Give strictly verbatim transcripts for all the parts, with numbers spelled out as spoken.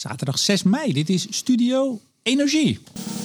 Zaterdag zes mei. Dit is Studio Energie.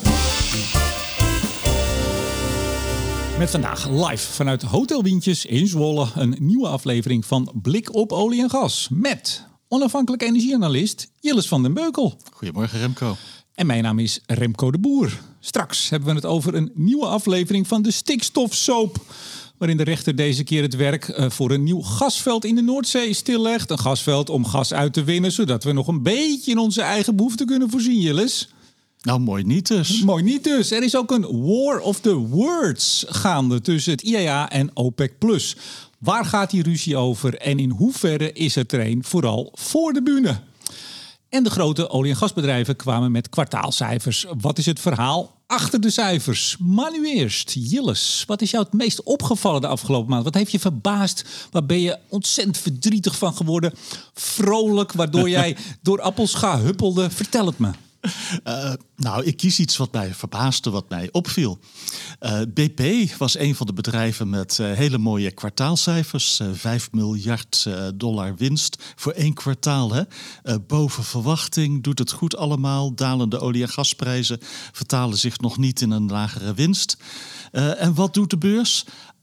Met vandaag live vanuit Hotel Wientjes in Zwolle een nieuwe aflevering van Blik op Olie en Gas. Met onafhankelijk energieanalist Jilles van den Beukel. Goedemorgen Remco. En mijn naam is Remco de Boer. Straks hebben we het over een nieuwe aflevering van de stikstofsoap, waarin de rechter deze keer het werk uh, voor een nieuw gasveld in de Noordzee stillegt. Een gasveld om gas uit te winnen, zodat we nog een beetje in onze eigen behoeften kunnen voorzien, Jilles. Nou, mooi niet dus. Mooi niet dus. Er is ook een war of the words gaande tussen het I E A en OPEC plus. Waar gaat die ruzie over en in hoeverre is het er een vooral voor de bühne? En de grote olie- en gasbedrijven kwamen met kwartaalcijfers. Wat is het verhaal achter de cijfers? Maar nu eerst, Jilles, wat is jou het meest opgevallen de afgelopen maand? Wat heeft je verbaasd? Waar ben je ontzettend verdrietig van geworden? Vrolijk, waardoor jij door Appelscha huppelde? Vertel het me. Uh, nou, ik kies iets wat mij verbaasde, wat mij opviel. Uh, B P was een van de bedrijven met uh, hele mooie kwartaalcijfers. Uh, vijf miljard uh, dollar winst voor één kwartaal. Hè? Uh, boven verwachting, doet het goed allemaal. Dalende olie- en gasprijzen vertalen zich nog niet in een lagere winst. Uh, en wat doet de beurs?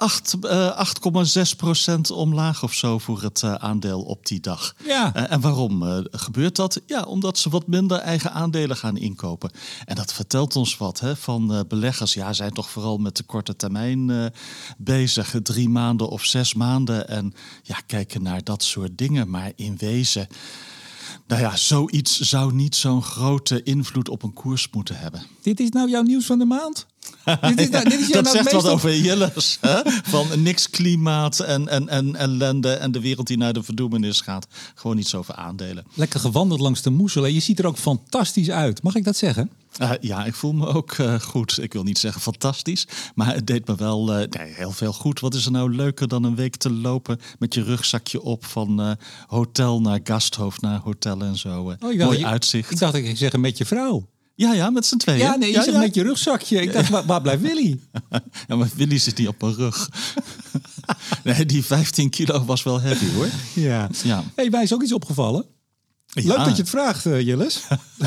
acht komma zes procent omlaag of zo voor het uh, aandeel op die dag. Ja. Uh, en waarom uh, gebeurt dat? Ja, omdat ze wat minder eigen aandelen gaan inkopen. En dat vertelt ons wat hè, van uh, beleggers. Ja, zijn toch vooral met de korte termijn uh, bezig. Drie maanden of zes maanden. En ja, kijken naar dat soort dingen. Maar in wezen, nou ja, zoiets zou niet zo'n grote invloed op een koers moeten hebben. Dit is nou jouw nieuws van de maand? Dit is nou, dit is dat nou zegt wat op... over Jilles. Hè? Van niks klimaat en, en, en ellende en de wereld die naar de verdoemenis gaat. Gewoon iets over aandelen. Lekker gewandeld langs de Moezel. Je ziet er ook fantastisch uit. Mag ik dat zeggen? Uh, ja, ik voel me ook uh, goed. Ik wil niet zeggen fantastisch, maar het deed me wel uh, nee, heel veel goed. Wat is er nou leuker dan een week te lopen met je rugzakje op van uh, hotel naar Gasthof naar hotel en zo. Uh, oh, mooi je, uitzicht. Ik dacht dat ik ging zeggen met je vrouw. Ja, ja, met z'n tweeën. Ja, nee, je ja, zegt ja. met je rugzakje. Ik dacht, waar, waar blijft Willy? Ja, maar Willy zit niet op mijn rug. Nee, die vijftien kilo was wel heavy, hoor. Ja. ja. Hey, mij is ook iets opgevallen. Ja. Leuk dat je het vraagt, uh, Jilles.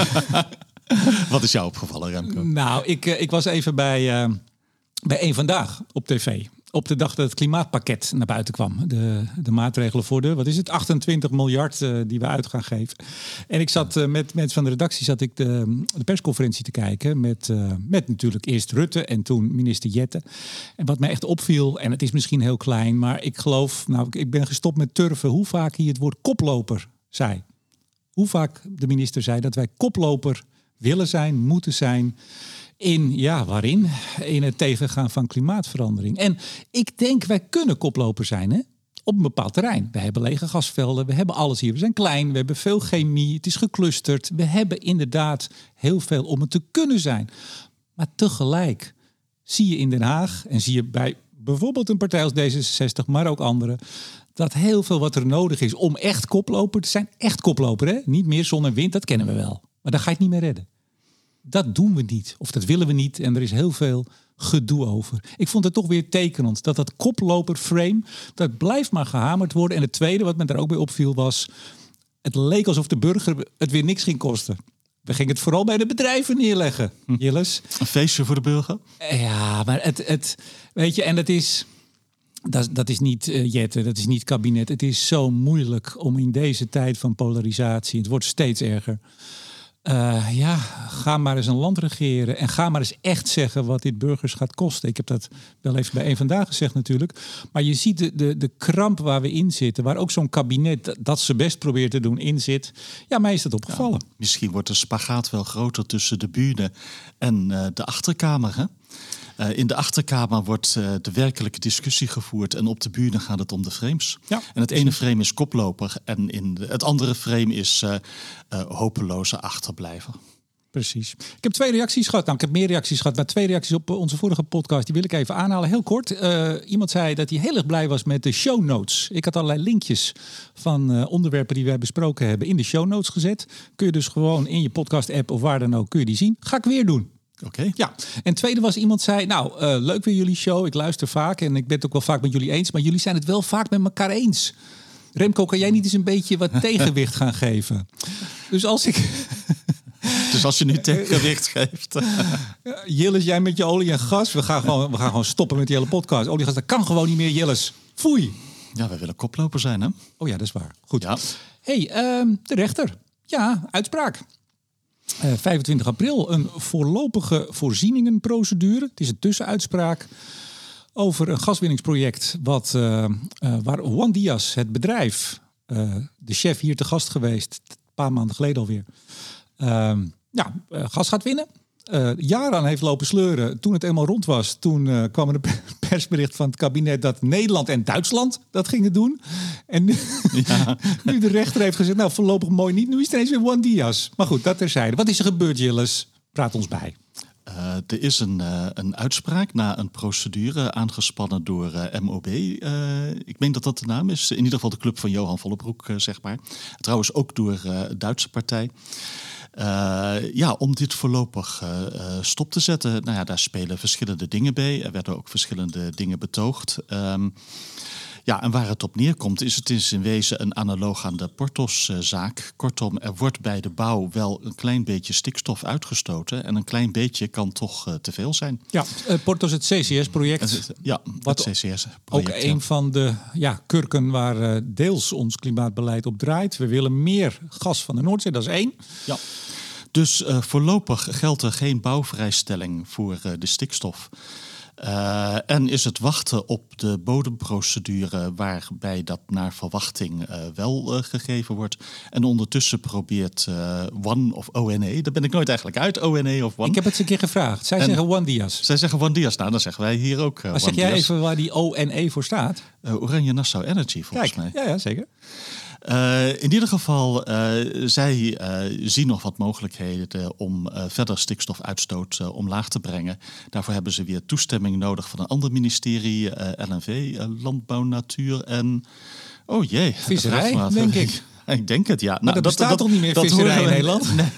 Wat is jou opgevallen, Remco? Nou, ik, uh, ik was even bij, uh, bij Eén Vandaag op tv. Op de dag dat het klimaatpakket naar buiten kwam. De, de maatregelen voor de, wat is het, achtentwintig miljard uh, die we uit gaan geven. En ik zat uh, met mensen van de redactie zat ik de, de persconferentie te kijken. Met, uh, met natuurlijk eerst Rutte en toen minister Jette. En wat mij echt opviel, en het is misschien heel klein, maar ik geloof, nou ik ben gestopt met turven, hoe vaak hij het woord koploper zei. Hoe vaak de minister zei dat wij koploper willen zijn, moeten zijn. In, ja, waarin? In het tegengaan van klimaatverandering. En ik denk, wij kunnen koploper zijn, hè? Op een bepaald terrein. We hebben lege gasvelden, we hebben alles hier. We zijn klein, we hebben veel chemie, het is geclusterd. We hebben inderdaad heel veel om het te kunnen zijn. Maar tegelijk zie je in Den Haag en zie je bij bijvoorbeeld een partij als D zesenzestig, maar ook anderen, dat heel veel wat er nodig is om echt koploper te zijn. Echt koploper, hè? Niet meer zon en wind, dat kennen we wel. Maar daar ga je het niet meer redden. Dat doen we niet, of dat willen we niet. En er is heel veel gedoe over. Ik vond het toch weer tekenend dat dat koploperframe, dat blijft maar gehamerd worden. En het tweede wat me daar ook bij opviel was, het leek alsof de burger het weer niks ging kosten. We gingen het vooral bij de bedrijven neerleggen, Jilles. Een feestje voor de burger? Ja, maar het, het weet je, en dat is, dat, dat is niet uh, Jette, dat is niet kabinet. Het is zo moeilijk om in deze tijd van polarisatie, het wordt steeds erger. Uh, ja, ga maar eens een land regeren en ga maar eens echt zeggen wat dit burgers gaat kosten. Ik heb dat wel even bij Eén Vandaag gezegd natuurlijk. Maar je ziet de, de, de kramp waar we in zitten, waar ook zo'n kabinet dat ze best probeert te doen in zit. Ja, mij is dat opgevallen. Ja, misschien wordt de spagaat wel groter tussen de bühne en uh, de achterkamer, hè? Uh, in de achterkamer wordt uh, de werkelijke discussie gevoerd en op de bühne gaat het om de frames. Ja, en het ene frame is koploper en in de, het andere frame is uh, uh, hopeloze achterblijver. Precies. Ik heb twee reacties gehad. Nou, ik heb meer reacties gehad, maar twee reacties op onze vorige podcast. Die wil ik even aanhalen. Heel kort. Uh, iemand zei dat hij heel erg blij was met de show notes. Ik had allerlei linkjes van uh, onderwerpen die wij besproken hebben in de show notes gezet. Kun je dus gewoon in je podcast app of waar dan ook kun je die zien. Ga ik weer doen. Oké. Okay. Ja. En tweede was iemand zei, nou, uh, leuk weer jullie show. Ik luister vaak en ik ben het ook wel vaak met jullie eens. Maar jullie zijn het wel vaak met elkaar eens. Remco, kan jij niet eens een beetje wat tegenwicht gaan geven? Dus als ik, Dus als je nu tegengewicht geeft. Jilles, jij met je olie en gas. We gaan gewoon, we gaan gewoon stoppen met die hele podcast. Olie en gas, dat kan gewoon niet meer, Jilles. Foei. Ja, wij willen koploper zijn, hè? Oh ja, dat is waar. Goed. Ja. hey, uh, de rechter. Ja, uitspraak. Uh, vijfentwintig april, een voorlopige voorzieningenprocedure. Het is een tussenuitspraak over een gaswinningsproject wat, uh, uh, waar Juan Diaz, het bedrijf, uh, de chef hier te gast geweest, een paar maanden geleden alweer, uh, ja, uh, gas gaat winnen. Uh, jaren aan heeft lopen sleuren. Toen het eenmaal rond was, toen uh, kwam er een persbericht van het kabinet dat Nederland en Duitsland dat gingen doen. En nu, ja. nu de rechter heeft gezegd, nou voorlopig mooi niet. Nu is het ineens weer Juan Diaz. Maar goed, dat terzijde. Wat is er gebeurd, Jilles? Praat ons bij. Uh, er is een, uh, een uitspraak na een procedure aangespannen door uh, M O B. Uh, ik meen dat dat de naam is. In ieder geval de club van Johan Vollebroek, uh, zeg maar. Trouwens ook door uh, de Duitse partij. Uh, ja, om dit voorlopig uh, uh, stop te zetten. Nou ja, daar spelen verschillende dingen bij. Er werden ook verschillende dingen betoogd. Um, Ja, en waar het op neerkomt is het is in wezen een analoog aan de Porthos-zaak. Kortom, er wordt bij de bouw wel een klein beetje stikstof uitgestoten. En een klein beetje kan toch uh, te veel zijn. Ja, uh, Porthos, het C C S-project. Ja, wat het C C S-project. Ook een ja. van de ja, kurken waar uh, deels ons klimaatbeleid op draait. We willen meer gas van de Noordzee, dat is één. Ja. Dus uh, voorlopig geldt er geen bouwvrijstelling voor uh, de stikstof. Uh, en is het wachten op de bodemprocedure waarbij dat naar verwachting uh, wel uh, gegeven wordt. En ondertussen probeert uh, One of O N E, daar ben ik nooit eigenlijk uit, O N E of One. Ik heb het eens een keer gevraagd. Zij en zeggen Juan Diaz. Zij zeggen Juan Diaz, nou dan zeggen wij hier ook uh, Maar zeg Juan jij Diaz. even waar die O N E voor staat? Uh, Oranje Nassau Energy volgens Kijk, mij. Ja, ja, zeker. Uh, in ieder geval, uh, zij uh, zien nog wat mogelijkheden om uh, verder stikstofuitstoot uh, omlaag te brengen. Daarvoor hebben ze weer toestemming nodig van een ander ministerie, uh, L N V, uh, Landbouw, Natuur en... Oh jee. Visserij, denk ik. Ik denk het, ja. Maar nou, dat bestaat dat, toch niet meer, dat visserij in Nederland? Nee.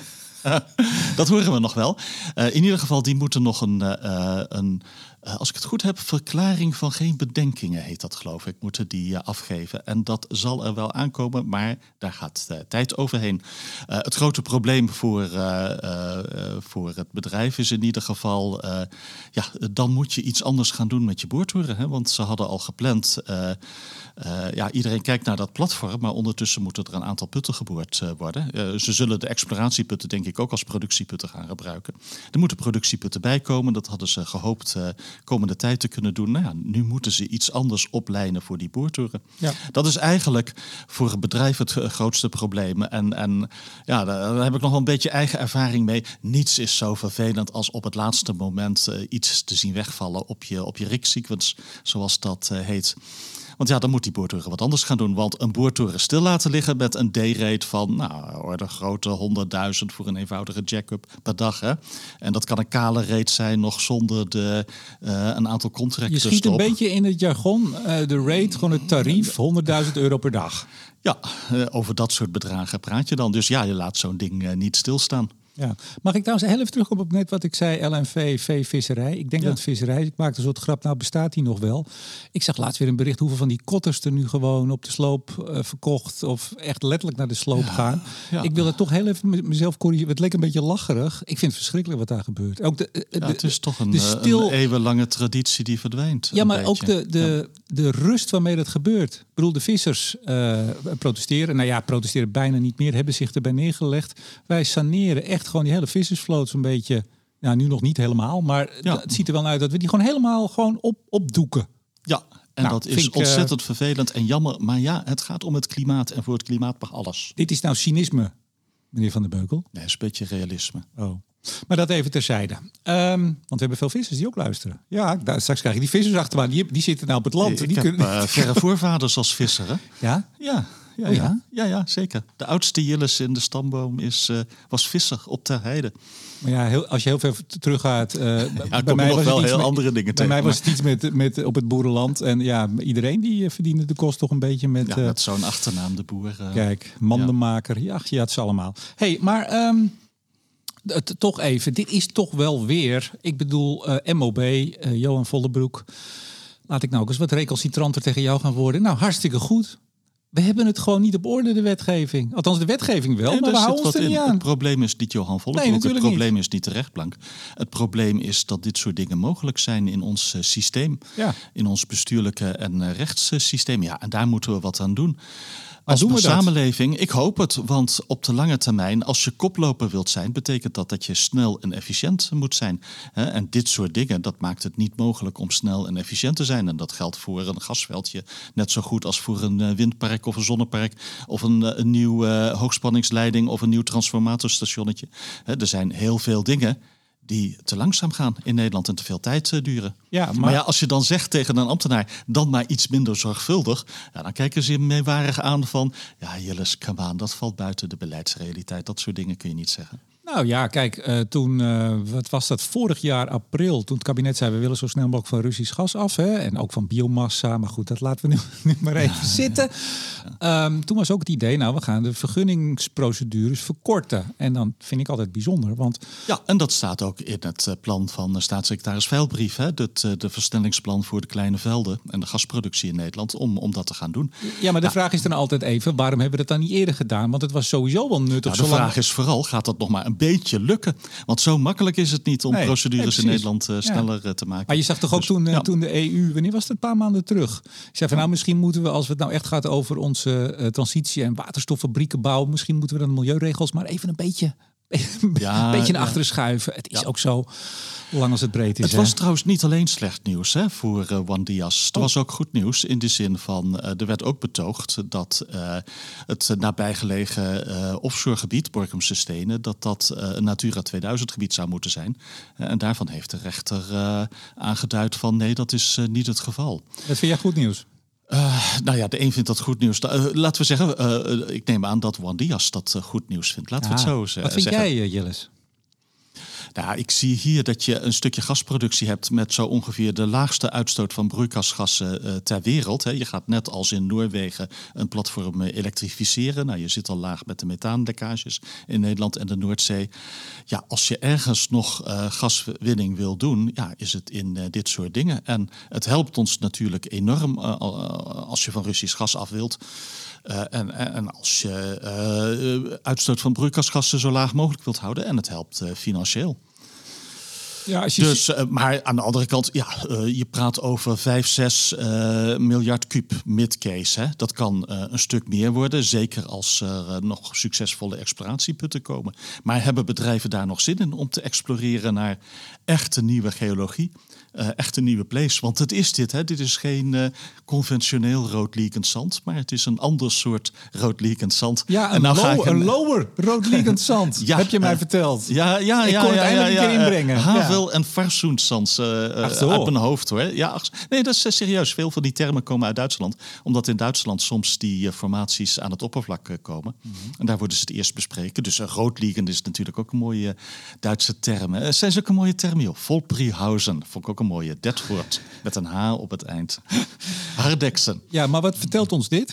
Dat horen we nog wel. Uh, in ieder geval, die moeten nog een, uh, een uh, als ik het goed heb, verklaring van geen bedenkingen heet dat, geloof ik, moeten die uh, afgeven. En dat zal er wel aankomen, maar daar gaat uh, tijd overheen. Uh, het grote probleem voor, uh, uh, voor het bedrijf is in ieder geval, uh, ja, dan moet je iets anders gaan doen met je boortoeren. Hè? Want ze hadden al gepland, uh, uh, ja, iedereen kijkt naar dat platform, maar ondertussen moeten er een aantal putten geboord uh, worden. Uh, ze zullen de exploratieputten denk ik ook als productieputten gaan gebruiken. Er moeten productieputten bij komen, dat hadden ze gehoopt uh, komende tijd te kunnen doen. Nou ja, nu moeten ze iets anders oplijnen voor die boortoeren. Ja. Dat is eigenlijk voor het bedrijf het uh, grootste probleem. En, en ja, daar, daar heb ik nog wel een beetje eigen ervaring mee. Niets is zo vervelend als op het laatste moment uh, iets te zien wegvallen op je, op je rig-sequence, zoals dat uh, heet. Want ja, dan moet die boortoren wat anders gaan doen. Want een boortoren stil laten liggen met een D-rate van, nou, orde grote honderdduizend voor een eenvoudige jack-up per dag. Hè? En dat kan een kale rate zijn, nog zonder de, uh, een aantal contracten. Je schiet een beetje in het jargon, uh, de rate, gewoon het tarief, honderdduizend euro per dag. Ja, uh, over dat soort bedragen praat je dan. Dus ja, je laat zo'n ding uh, niet stilstaan. Ja. Mag ik trouwens heel even terug op net wat ik zei, L N V, V, visserij. Ik denk ja. dat visserij, ik maakte een soort grap, nou bestaat die nog wel. Ik zag laatst weer een bericht hoeveel van die kotters er nu gewoon op de sloop uh, verkocht of echt letterlijk naar de sloop ja. gaan. Ja. Ik wil het toch heel even mezelf corrigeren. Het leek een beetje lacherig. Ik vind het verschrikkelijk wat daar gebeurt. Ook de, de, ja, het is toch een, de stil... een eeuwenlange traditie die verdwijnt. Ja, maar beetje. ook de, de, ja. de rust waarmee dat gebeurt. Ik bedoel, de vissers uh, protesteren. Nou ja, protesteren bijna niet meer. Hebben zich erbij neergelegd. Wij saneren echt gewoon die hele vissersvloot zo'n beetje. Nou, nu nog niet helemaal. Maar ja. het ziet er wel uit dat we die gewoon helemaal gewoon op, opdoeken. Ja, en nou, dat is ik, ontzettend uh, vervelend en jammer. Maar ja, het gaat om het klimaat. En voor het klimaat mag alles. Dit is nou cynisme, meneer Van der Beukel? Nee, een beetje realisme. Oh. Maar dat even terzijde. Um, want we hebben veel vissers die ook luisteren. Ja, daar, straks krijg je die vissers achter me. Die, die zitten nou op het land. Ik die heb kunnen... uh, verre voorvaders als visser. Hè? Ja? Ja. Ja, oh, ja? ja? ja, ja, zeker. De oudste Jilles in de stamboom is, uh, was visser op Ter Heide. Maar ja, heel, als je heel ver teruggaat... Uh, ja, bij mij was wel heel met, andere dingen Bij tegen, mij was maar. het iets met, met op het boerenland. En ja, iedereen die uh, verdiende de kost toch een beetje met... Ja, met uh, zo'n achternaam, de boer. Uh, kijk, mandenmaker. Ja, ja, je had ze allemaal. Hey, maar... Um, Het, toch even, dit is toch wel weer, ik bedoel uh, M O B, uh, Johan Vollebroek. Laat ik nou ook eens wat recalcitranter tegen jou gaan worden. Nou, hartstikke goed. We hebben het gewoon niet op orde, de wetgeving. Althans, de wetgeving wel, Nee, maar we daar houden zit ons er wat niet in. aan. Het probleem is niet Johan Vollenbroek. Nee, het natuurlijk probleem niet. is niet de rechtbank. Het probleem is dat dit soort dingen mogelijk zijn in ons uh, systeem. Ja. In ons bestuurlijke en uh, rechtssysteem. Ja, en daar moeten we wat aan doen. Maar Als doen we dat? samenleving, ik hoop het. Want op de lange termijn, als je koploper wilt zijn, betekent dat dat je snel en efficiënt moet zijn. En dit soort dingen, dat maakt het niet mogelijk om snel en efficiënt te zijn. En dat geldt voor een gasveldje net zo goed als voor een windpark of een zonnepark. Of een, een nieuw uh, hoogspanningsleiding of een nieuw transformatorstationnetje. Er zijn heel veel dingen die te langzaam gaan in Nederland en te veel tijd uh, duren. Ja, maar... maar ja, als je dan zegt tegen een ambtenaar, dan maar iets minder zorgvuldig, ja, dan kijken ze je meewarig aan van, ja Jilles, come on, dat valt buiten de beleidsrealiteit. Dat soort dingen kun je niet zeggen. Nou ja, kijk, uh, toen, uh, wat was dat, vorig jaar april, toen het kabinet zei, we willen zo snel mogelijk van Russisch gas af. Hè? En ook van biomassa, maar goed, dat laten we nu, nu maar even ja. zitten. Ja. Um, toen was ook het idee, nou, we gaan de vergunningsprocedures verkorten. En dan vind ik altijd bijzonder, want... Ja, en dat staat ook in het plan van de staatssecretaris Veilbrief. Hè? Het de versnellingsplan voor de kleine velden en de gasproductie in Nederland, om, om dat te gaan doen. Ja, maar de ja. vraag is dan altijd even, waarom hebben we dat dan niet eerder gedaan? Want het was sowieso wel nuttig. Nou, de zolang... vraag is vooral, gaat dat nog maar een beetje lukken? Want zo makkelijk is het niet om nee, procedures nee, in Nederland uh, sneller ja. te maken. Maar je zag toch ook dus, toen, ja. toen de E U, wanneer was het, een paar maanden terug? Je zei van nou, misschien moeten we, als het nou echt gaat over onze uh, transitie en waterstoffabrieken bouwen, misschien moeten we dan de milieuregels maar even een beetje, ja, een beetje naar ja. achteren schuiven. Het is ja. ook zo lang als het breed is. Het hè? was trouwens niet alleen slecht nieuws hè, voor uh, Juan Diaz. Het oh. was ook goed nieuws in de zin van, uh, er werd ook betoogd dat uh, het nabijgelegen uh, offshoregebied, Borkumse Stenen, dat dat uh, een Natura tweeduizend gebied zou moeten zijn. Uh, en daarvan heeft de rechter uh, aangeduid van nee, dat is uh, niet het geval. Dat vind jij goed nieuws? Uh, nou ja, de een vindt dat goed nieuws. Uh, laten we zeggen, uh, ik neem aan dat Juan Diaz dat uh, goed nieuws vindt. Laten ja. we het zo zeggen. Wat vind jij, uh, Jilles? Nou, ik zie hier dat je een stukje gasproductie hebt met zo ongeveer de laagste uitstoot van broeikasgassen uh, ter wereld. Hè. Je gaat net als in Noorwegen een platform uh, elektrificeren. Nou, je zit al laag met de methaanlekkages in Nederland en de Noordzee. Ja, als je ergens nog uh, gaswinning wil doen, ja, is het in uh, dit soort dingen. En het helpt ons natuurlijk enorm uh, als je van Russisch gas af wilt. Uh, en, en als je uh, uitstoot van broeikasgassen zo laag mogelijk wilt houden. En het helpt uh, financieel. Ja, als je dus, uh, maar aan de andere kant, ja, uh, je praat over vijf, zes uh, miljard kuub mid-case. Hè. Dat kan uh, een stuk meer worden, zeker als er uh, nog succesvolle exploratieputten komen. Maar hebben bedrijven daar nog zin in om te exploreren naar echte nieuwe geologie? Uh, echt een nieuwe place. Want het is dit. Hè. Dit is geen uh, conventioneel roodliekend zand. Maar het is een ander soort roodliekend zand. Ja, een, en nou low, ga ik een... een lower roodliekend zand. ja, heb je mij uh, verteld. Ja, ja, ik ja. kon ja, het eindelijk ja, een keer inbrengen. Uh, havel- ja. en farsoenzand uh, uit mijn hoofd. Hoor. Ja, ach, nee, dat is uh, serieus. Veel van die termen komen uit Duitsland. Omdat in Duitsland soms die uh, formaties aan het oppervlak uh, komen. Mm-hmm. En daar worden ze het eerst bespreken. Dus uh, roodliekend is natuurlijk ook een mooie uh, Duitse term. Uh, zijn ze ook een mooie term, joh. Volprihausen. Vond ik ook een mooie. Dat woord met een H op het eind. Hardeksen. Ja, maar wat vertelt ons dit?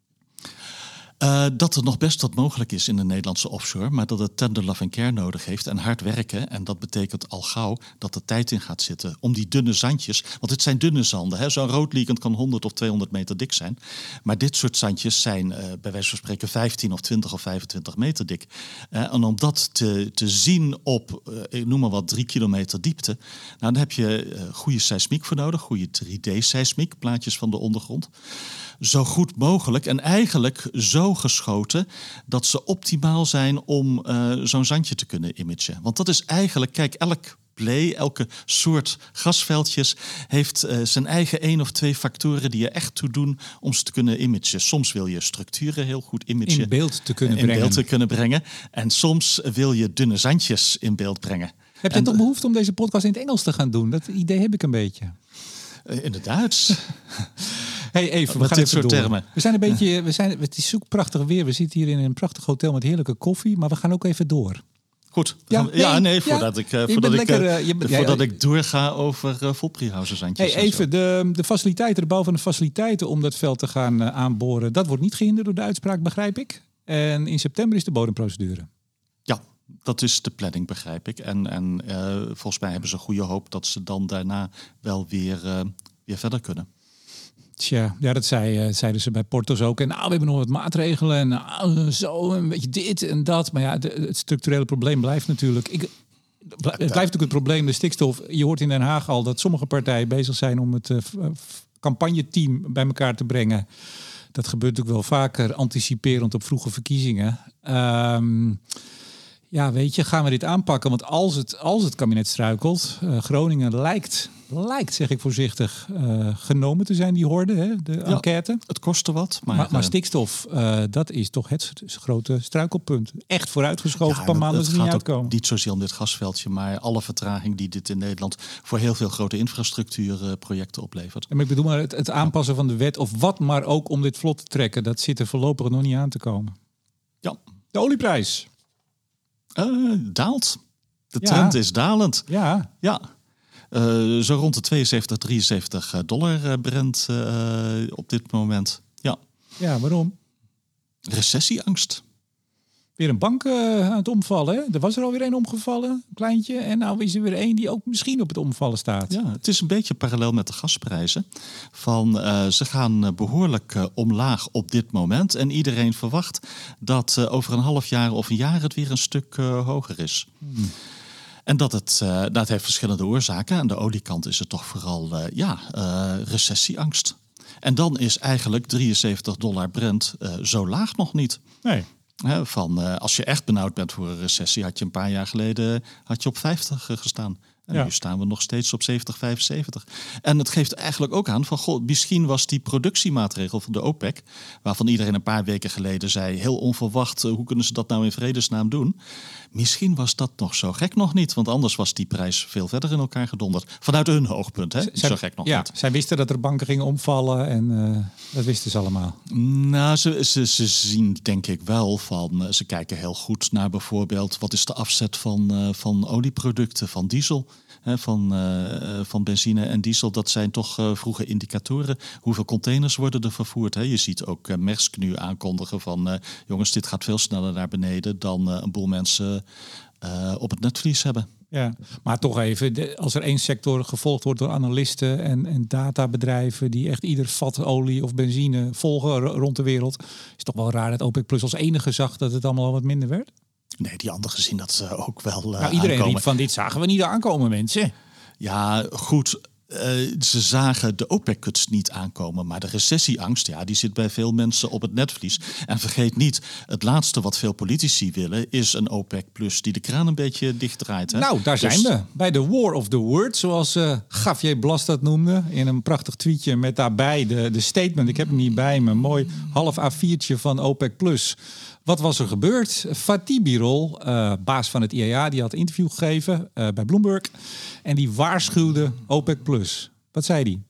Uh, dat er nog best wat mogelijk is in de Nederlandse offshore, maar dat het tender love and care nodig heeft en hard werken. En dat betekent al gauw dat er tijd in gaat zitten om die dunne zandjes, want het zijn dunne zanden. Hè? Zo'n roodliekend kan honderd of tweehonderd meter dik zijn. Maar dit soort zandjes zijn uh, bij wijze van spreken vijftien of twintig of vijfentwintig meter dik. Uh, en om dat te, te zien op, uh, ik noem maar wat, drie kilometer diepte, nou, dan heb je uh, goede seismiek voor nodig, goede drie D-seismiek, plaatjes van de ondergrond. Zo goed mogelijk en eigenlijk zo geschoten dat ze optimaal zijn om uh, zo'n zandje te kunnen imagen. Want dat is eigenlijk, kijk, elk play, elke soort gasveldjes heeft uh, zijn eigen één of twee factoren die je echt toe doen om ze te kunnen imagen. Soms wil je structuren heel goed imagen. In beeld te kunnen in brengen. beeld te kunnen brengen. En soms wil je dunne zandjes in beeld brengen. Heb je en, toch behoefte om deze podcast in het Engels te gaan doen? Dat idee heb ik een beetje. Uh, in het Duits. Hey, even, we gaan dit soort door. termen. We zijn een beetje, we zijn, het is zoek prachtig weer. We zitten hier in een prachtig hotel met heerlijke koffie, maar we gaan ook even door. Goed. Ja, nee, ja, nee voordat ja, ik, uh, voordat ik, lekker, uh, je, je, voordat ja, ik doorga over uh, Volprihausen-zandjes. Hey, even, de, de faciliteiten, de bouw van de faciliteiten om dat veld te gaan uh, aanboren, dat wordt niet gehinderd door de uitspraak, begrijp ik. En in september is de bodemprocedure. Ja, dat is de planning, begrijp ik. En, en uh, volgens mij hebben ze goede hoop dat ze dan daarna wel weer, uh, weer verder kunnen. Tja, ja, dat zei, uh, zeiden ze bij Portos ook. En nou, we hebben nog wat maatregelen en nou, zo, een beetje dit en dat. Maar ja, de, het structurele probleem blijft natuurlijk... Ik, Het blijft natuurlijk het probleem, de stikstof. Je hoort in Den Haag al dat sommige partijen bezig zijn om het uh, campagneteam bij elkaar te brengen. Dat gebeurt natuurlijk wel vaker, anticiperend op vroege verkiezingen. Um, ja, weet je, gaan we dit aanpakken? Want als het, als het kabinet struikelt, uh, Groningen lijkt, lijkt, zeg ik voorzichtig, uh, genomen te zijn, die horde, hè, de ja, enquête. Het kostte wat. Maar, maar, maar stikstof, uh, dat is toch het grote struikelpunt. Echt vooruitgeschoven, ja, een paar maanden het er niet gaat uitkomen. Ook niet zozeer om dit gasveldje, maar alle vertraging die dit in Nederland voor heel veel grote infrastructuurprojecten oplevert. En ik bedoel maar het, het aanpassen van de wet of wat maar ook om dit vlot te trekken, dat zit er voorlopig nog niet aan te komen. Ja. De olieprijs. Uh, daalt. De trend ja. is dalend. Ja. Ja. Uh, zo rond de tweeënzeventig, drieënzeventig dollar uh, Brent uh, op dit moment. Ja. Ja, waarom? Recessieangst. Weer een bank uh, aan het omvallen. Hè? Er was er alweer één omgevallen, een kleintje. En nou is er weer één die ook misschien op het omvallen staat. Ja, het is een beetje parallel met de gasprijzen. Van, uh, ze gaan behoorlijk uh, omlaag op dit moment. En iedereen verwacht dat uh, over een half jaar of een jaar het weer een stuk uh, hoger is. Hmm. En dat het, uh, dat heeft verschillende oorzaken. Aan de oliekant is het toch vooral uh, ja, uh, recessieangst. En dan is eigenlijk drieënzeventig dollar Brent uh, zo laag nog niet. Nee. He, van, uh, als je echt benauwd bent voor een recessie, had je een paar jaar geleden had je op vijftig uh, gestaan. En ja. nu staan we nog steeds op zeventig, vijfenzeventig. En het geeft eigenlijk ook aan van, goh, misschien was die productiemaatregel van de OPEC, waarvan iedereen een paar weken geleden zei, heel onverwacht, uh, hoe kunnen ze dat nou in vredesnaam doen? Misschien was dat nog zo gek nog niet, want anders was die prijs veel verder in elkaar gedonderd. Vanuit hun hoogpunt, hè? Zij, zo gek nog ja, niet. Zij wisten dat er banken gingen omvallen en uh, dat wisten ze allemaal. Nou, ze, ze, ze zien denk ik wel van, uh, ze kijken heel goed naar bijvoorbeeld, wat is de afzet van, uh, van olieproducten, van diesel. He, van, uh, van benzine en diesel, dat zijn toch uh, vroege indicatoren. Hoeveel containers worden er vervoerd? He? Je ziet ook uh, Maersk nu aankondigen van, uh, jongens, dit gaat veel sneller naar beneden dan uh, een boel mensen uh, op het netvlies hebben. Ja, maar toch even, de, als er één sector gevolgd wordt door analisten en, en databedrijven die echt ieder vat olie of benzine volgen r- rond de wereld, is het toch wel raar dat OPEC Plus als enige zag dat het allemaal wat minder werd? Nee, die anderen zien dat ze ook wel uh, nou, iedereen aankomen. riep van, dit zagen we niet aankomen, mensen. Ja, goed. Uh, ze zagen de OPEC-cuts niet aankomen, maar de recessieangst, ja, die zit bij veel mensen op het netvlies. En vergeet niet, het laatste wat veel politici willen is een OPEC plus die de kraan een beetje dichtdraait. Hè? Nou, daar dus... zijn we. Bij de war of the words, zoals uh, Javier Blas dat noemde, in een prachtig tweetje met daarbij de, de statement. Ik heb hem niet bij me. Mooi half A viertje van OPEC plus. Wat was er gebeurd? Fatih Birol, uh, baas van het I E A, die had een interview gegeven uh, bij Bloomberg. En die waarschuwde OPEC plus. Wat zei hij?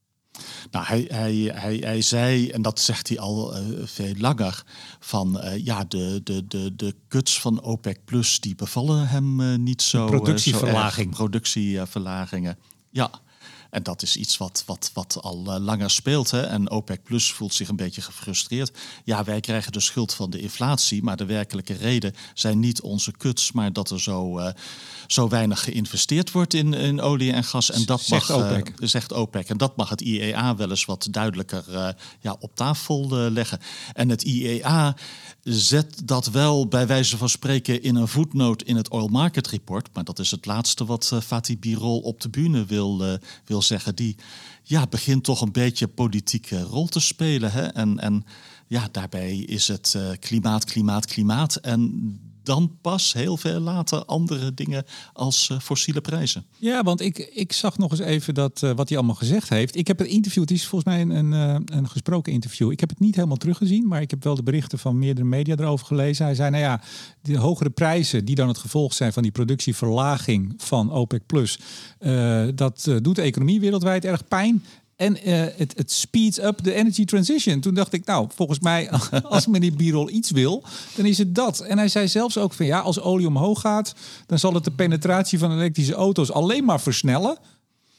Nou, hij, hij, hij, hij zei, en dat zegt hij al uh, veel langer, van uh, ja, de, de, de, de cuts van OPEC plus, die bevallen hem uh, niet zo. Productieverlaging. Uh, zo productieverlagingen. Ja. En dat is iets wat, wat, wat al uh, langer speelt. Hè? En OPEC Plus voelt zich een beetje gefrustreerd. Ja, wij krijgen de schuld van de inflatie. Maar de werkelijke reden zijn niet onze cuts, maar dat er zo, uh, zo weinig geïnvesteerd wordt in, in olie en gas. En dat zegt mag, OPEC. Uh, zegt OPEC. En dat mag het I E A wel eens wat duidelijker uh, ja, op tafel uh, leggen. En het I E A zet dat wel bij wijze van spreken in een voetnoot in het Oil Market Report. Maar dat is het laatste wat uh, Fatih Birol op de bühne wil, uh, wil zeggen. Die ja, begint toch een beetje politieke rol te spelen. Hè? En, en ja, daarbij is het uh, klimaat, klimaat, klimaat. En dan pas heel veel later andere dingen als uh, fossiele prijzen. Ja, want ik, ik zag nog eens even dat, uh, wat hij allemaal gezegd heeft. Ik heb het interview, het is volgens mij een, een, een gesproken interview. Ik heb het niet helemaal teruggezien, maar ik heb wel de berichten van meerdere media erover gelezen. Hij zei, nou ja, de hogere prijzen die dan het gevolg zijn van die productieverlaging van OPEC plus, uh, dat uh, doet de economie wereldwijd erg pijn. En uh, het, het speeds up the energy transition. Toen dacht ik, nou, volgens mij, als meneer Birol iets wil, dan is het dat. En hij zei zelfs ook van, ja, als olie omhoog gaat, dan zal het de penetratie van elektrische auto's alleen maar versnellen.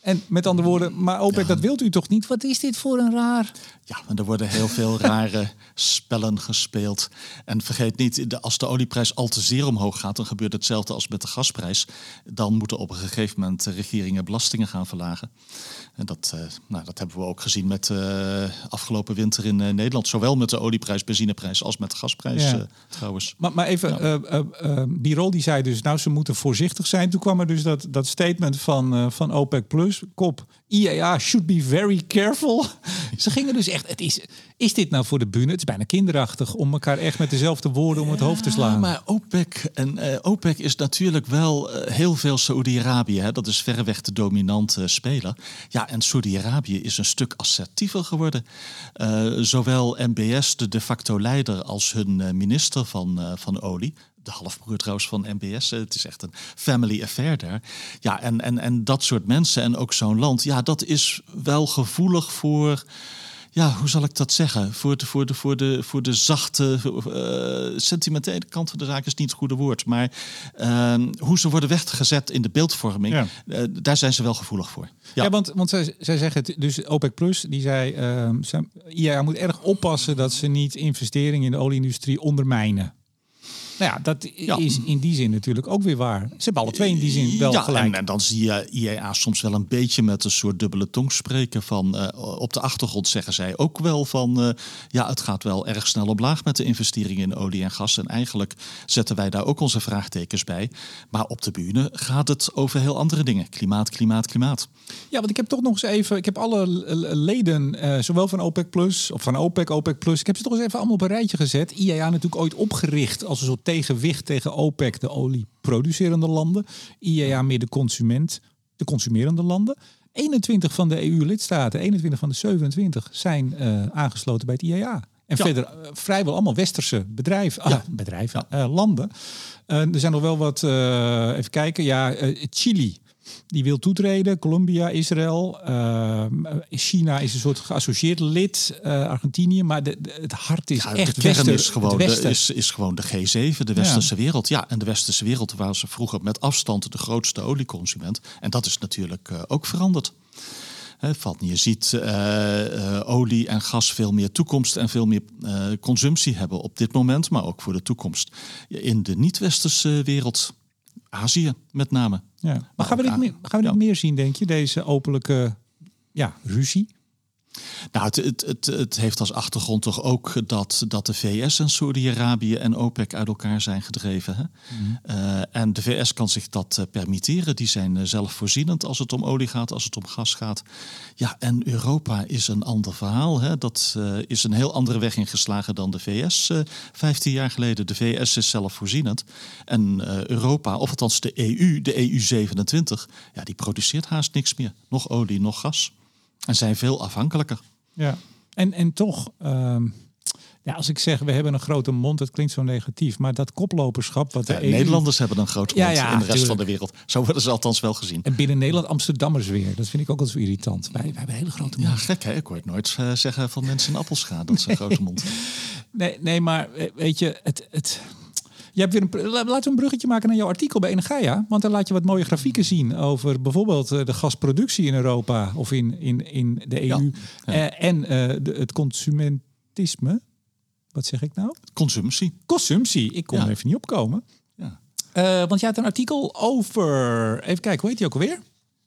En met andere woorden, maar OPEC, ja. dat wilt u toch niet? Wat is dit voor een raar... Ja, er worden heel veel rare spellen gespeeld. En vergeet niet, als de olieprijs al te zeer omhoog gaat, dan gebeurt hetzelfde als met de gasprijs. Dan moeten op een gegeven moment de regeringen belastingen gaan verlagen. En dat, uh, nou, dat hebben we ook gezien met uh, afgelopen winter in uh, Nederland. Zowel met de olieprijs, benzineprijs als met de gasprijs ja. uh, trouwens. Maar, maar even, ja. uh, uh, uh, Birol die zei dus, nou ze moeten voorzichtig zijn. Toen kwam er dus dat, dat statement van, uh, van OPEC Plus, kop, I A A should be very careful. Ze gingen dus echt, het is, is dit nou voor de bühne? Het is bijna kinderachtig om elkaar echt met dezelfde woorden om het hoofd te slaan. Ja, maar OPEC, en, uh, OPEC is natuurlijk wel uh, heel veel Saoedi-Arabië. Dat is verreweg de dominante speler. Ja, en Saoedi-Arabië is een stuk assertiever geworden. Uh, zowel M B S, de de facto leider, als hun uh, minister van, uh, van olie. De halfbroer trouwens van M B S. Het is echt een family affair daar. Ja, en, en, en dat soort mensen en ook zo'n land, ja, dat is wel gevoelig voor... Ja, hoe zal ik dat zeggen? Voor de, voor de, voor de, voor de zachte, uh, sentimentele kant van de zaak is niet het goede woord. Maar uh, hoe ze worden weggezet in de beeldvorming, ja. uh, daar zijn ze wel gevoelig voor. Ja, ja want, want zij, zij zeggen, het, dus OPEC Plus, die zei, uh, zij, I A A moet erg oppassen dat ze niet investeringen in de olieindustrie ondermijnen. Nou ja, dat ja. is in die zin natuurlijk ook weer waar. Ze hebben alle twee in die zin wel ja, gelijk. En, en dan zie je I A A soms wel een beetje met een soort dubbele tong spreken. Van, uh, op de achtergrond zeggen zij ook wel van... Uh, ja, het gaat wel erg snel omlaag met de investeringen in olie en gas. En eigenlijk zetten wij daar ook onze vraagtekens bij. Maar op de bühne gaat het over heel andere dingen. Klimaat, klimaat, klimaat. Ja, want ik heb toch nog eens even... Ik heb alle leden, uh, zowel van OPEC Plus of van OPEC, OPEC Plus... Ik heb ze toch eens even allemaal op een rijtje gezet. I A A natuurlijk ooit opgericht als een soort tegenwicht tegen OPEC, de olieproducerende landen. I A A meer de consument, de consumerende landen. eenentwintig van de E U-lidstaten, eenentwintig van de zevenentwintig zijn uh, aangesloten bij het I A A. En ja. verder uh, vrijwel allemaal westerse bedrijven, ja. ah, bedrijven ja. uh, landen. Uh, er zijn nog wel wat, uh, even kijken, ja, uh, Chili. Die wil toetreden, Colombia, Israël, uh, China is een soort geassocieerd lid, uh, Argentinië, maar de, de, het hart is ja, echt de kern wester, is gewoon, de, is, is gewoon de G zeven, de westerse ja. wereld. Ja, en de westerse wereld was vroeger met afstand de grootste olieconsument. En dat is natuurlijk uh, ook veranderd. He, van, je ziet uh, uh, olie en gas veel meer toekomst en veel meer uh, consumptie hebben op dit moment, maar ook voor de toekomst in de niet-westerse wereld. Azië met name. Ja. Maar, maar gaan we dit, meer, gaan we dit ja. meer zien, denk je, deze openlijke ja, ruzie? Nou, het, het, het, het heeft als achtergrond toch ook dat, dat de V S en Saudi-Arabië en OPEC uit elkaar zijn gedreven. Hè? Mm. Uh, en de V S kan zich dat uh, permitteren. Die zijn uh, zelfvoorzienend als het om olie gaat, als het om gas gaat. Ja, en Europa is een ander verhaal. Hè? Dat uh, is een heel andere weg ingeslagen dan de V S uh, vijftien jaar geleden. De V S is zelfvoorzienend. En uh, Europa, of althans de E U, de E U zevenentwintig, ja, die produceert haast niks meer. Nog olie, nog gas. En zijn veel afhankelijker. Ja, en, en toch, uh, ja, als ik zeg we hebben een grote mond, dat klinkt zo negatief. Maar dat koploperschap wat de ja, E U... Nederlanders hebben een grote mond ja, ja, in de rest tuurlijk. van de wereld. Zo worden ze althans wel gezien. En binnen Nederland Amsterdammers weer. Dat vind ik ook wel zo irritant. Wij, wij hebben een hele grote mond. Ja, gek hè. Ik hoor het nooit uh, zeggen van mensen in Appelscha dat ze een grote mond hebben. Nee, nee, maar weet je, het... het Je hebt weer een, laten we een bruggetje maken naar jouw artikel bij Energia. Want dan laat je wat mooie grafieken zien over bijvoorbeeld de gasproductie in Europa of in, in, in de E U. Ja, ja. Uh, en uh, de, het consumentisme. Wat zeg ik nou? Consumptie. Consumptie. Ik kon ja. er even niet opkomen. Ja. Uh, want je had een artikel over... Even kijken, hoe heet die ook alweer?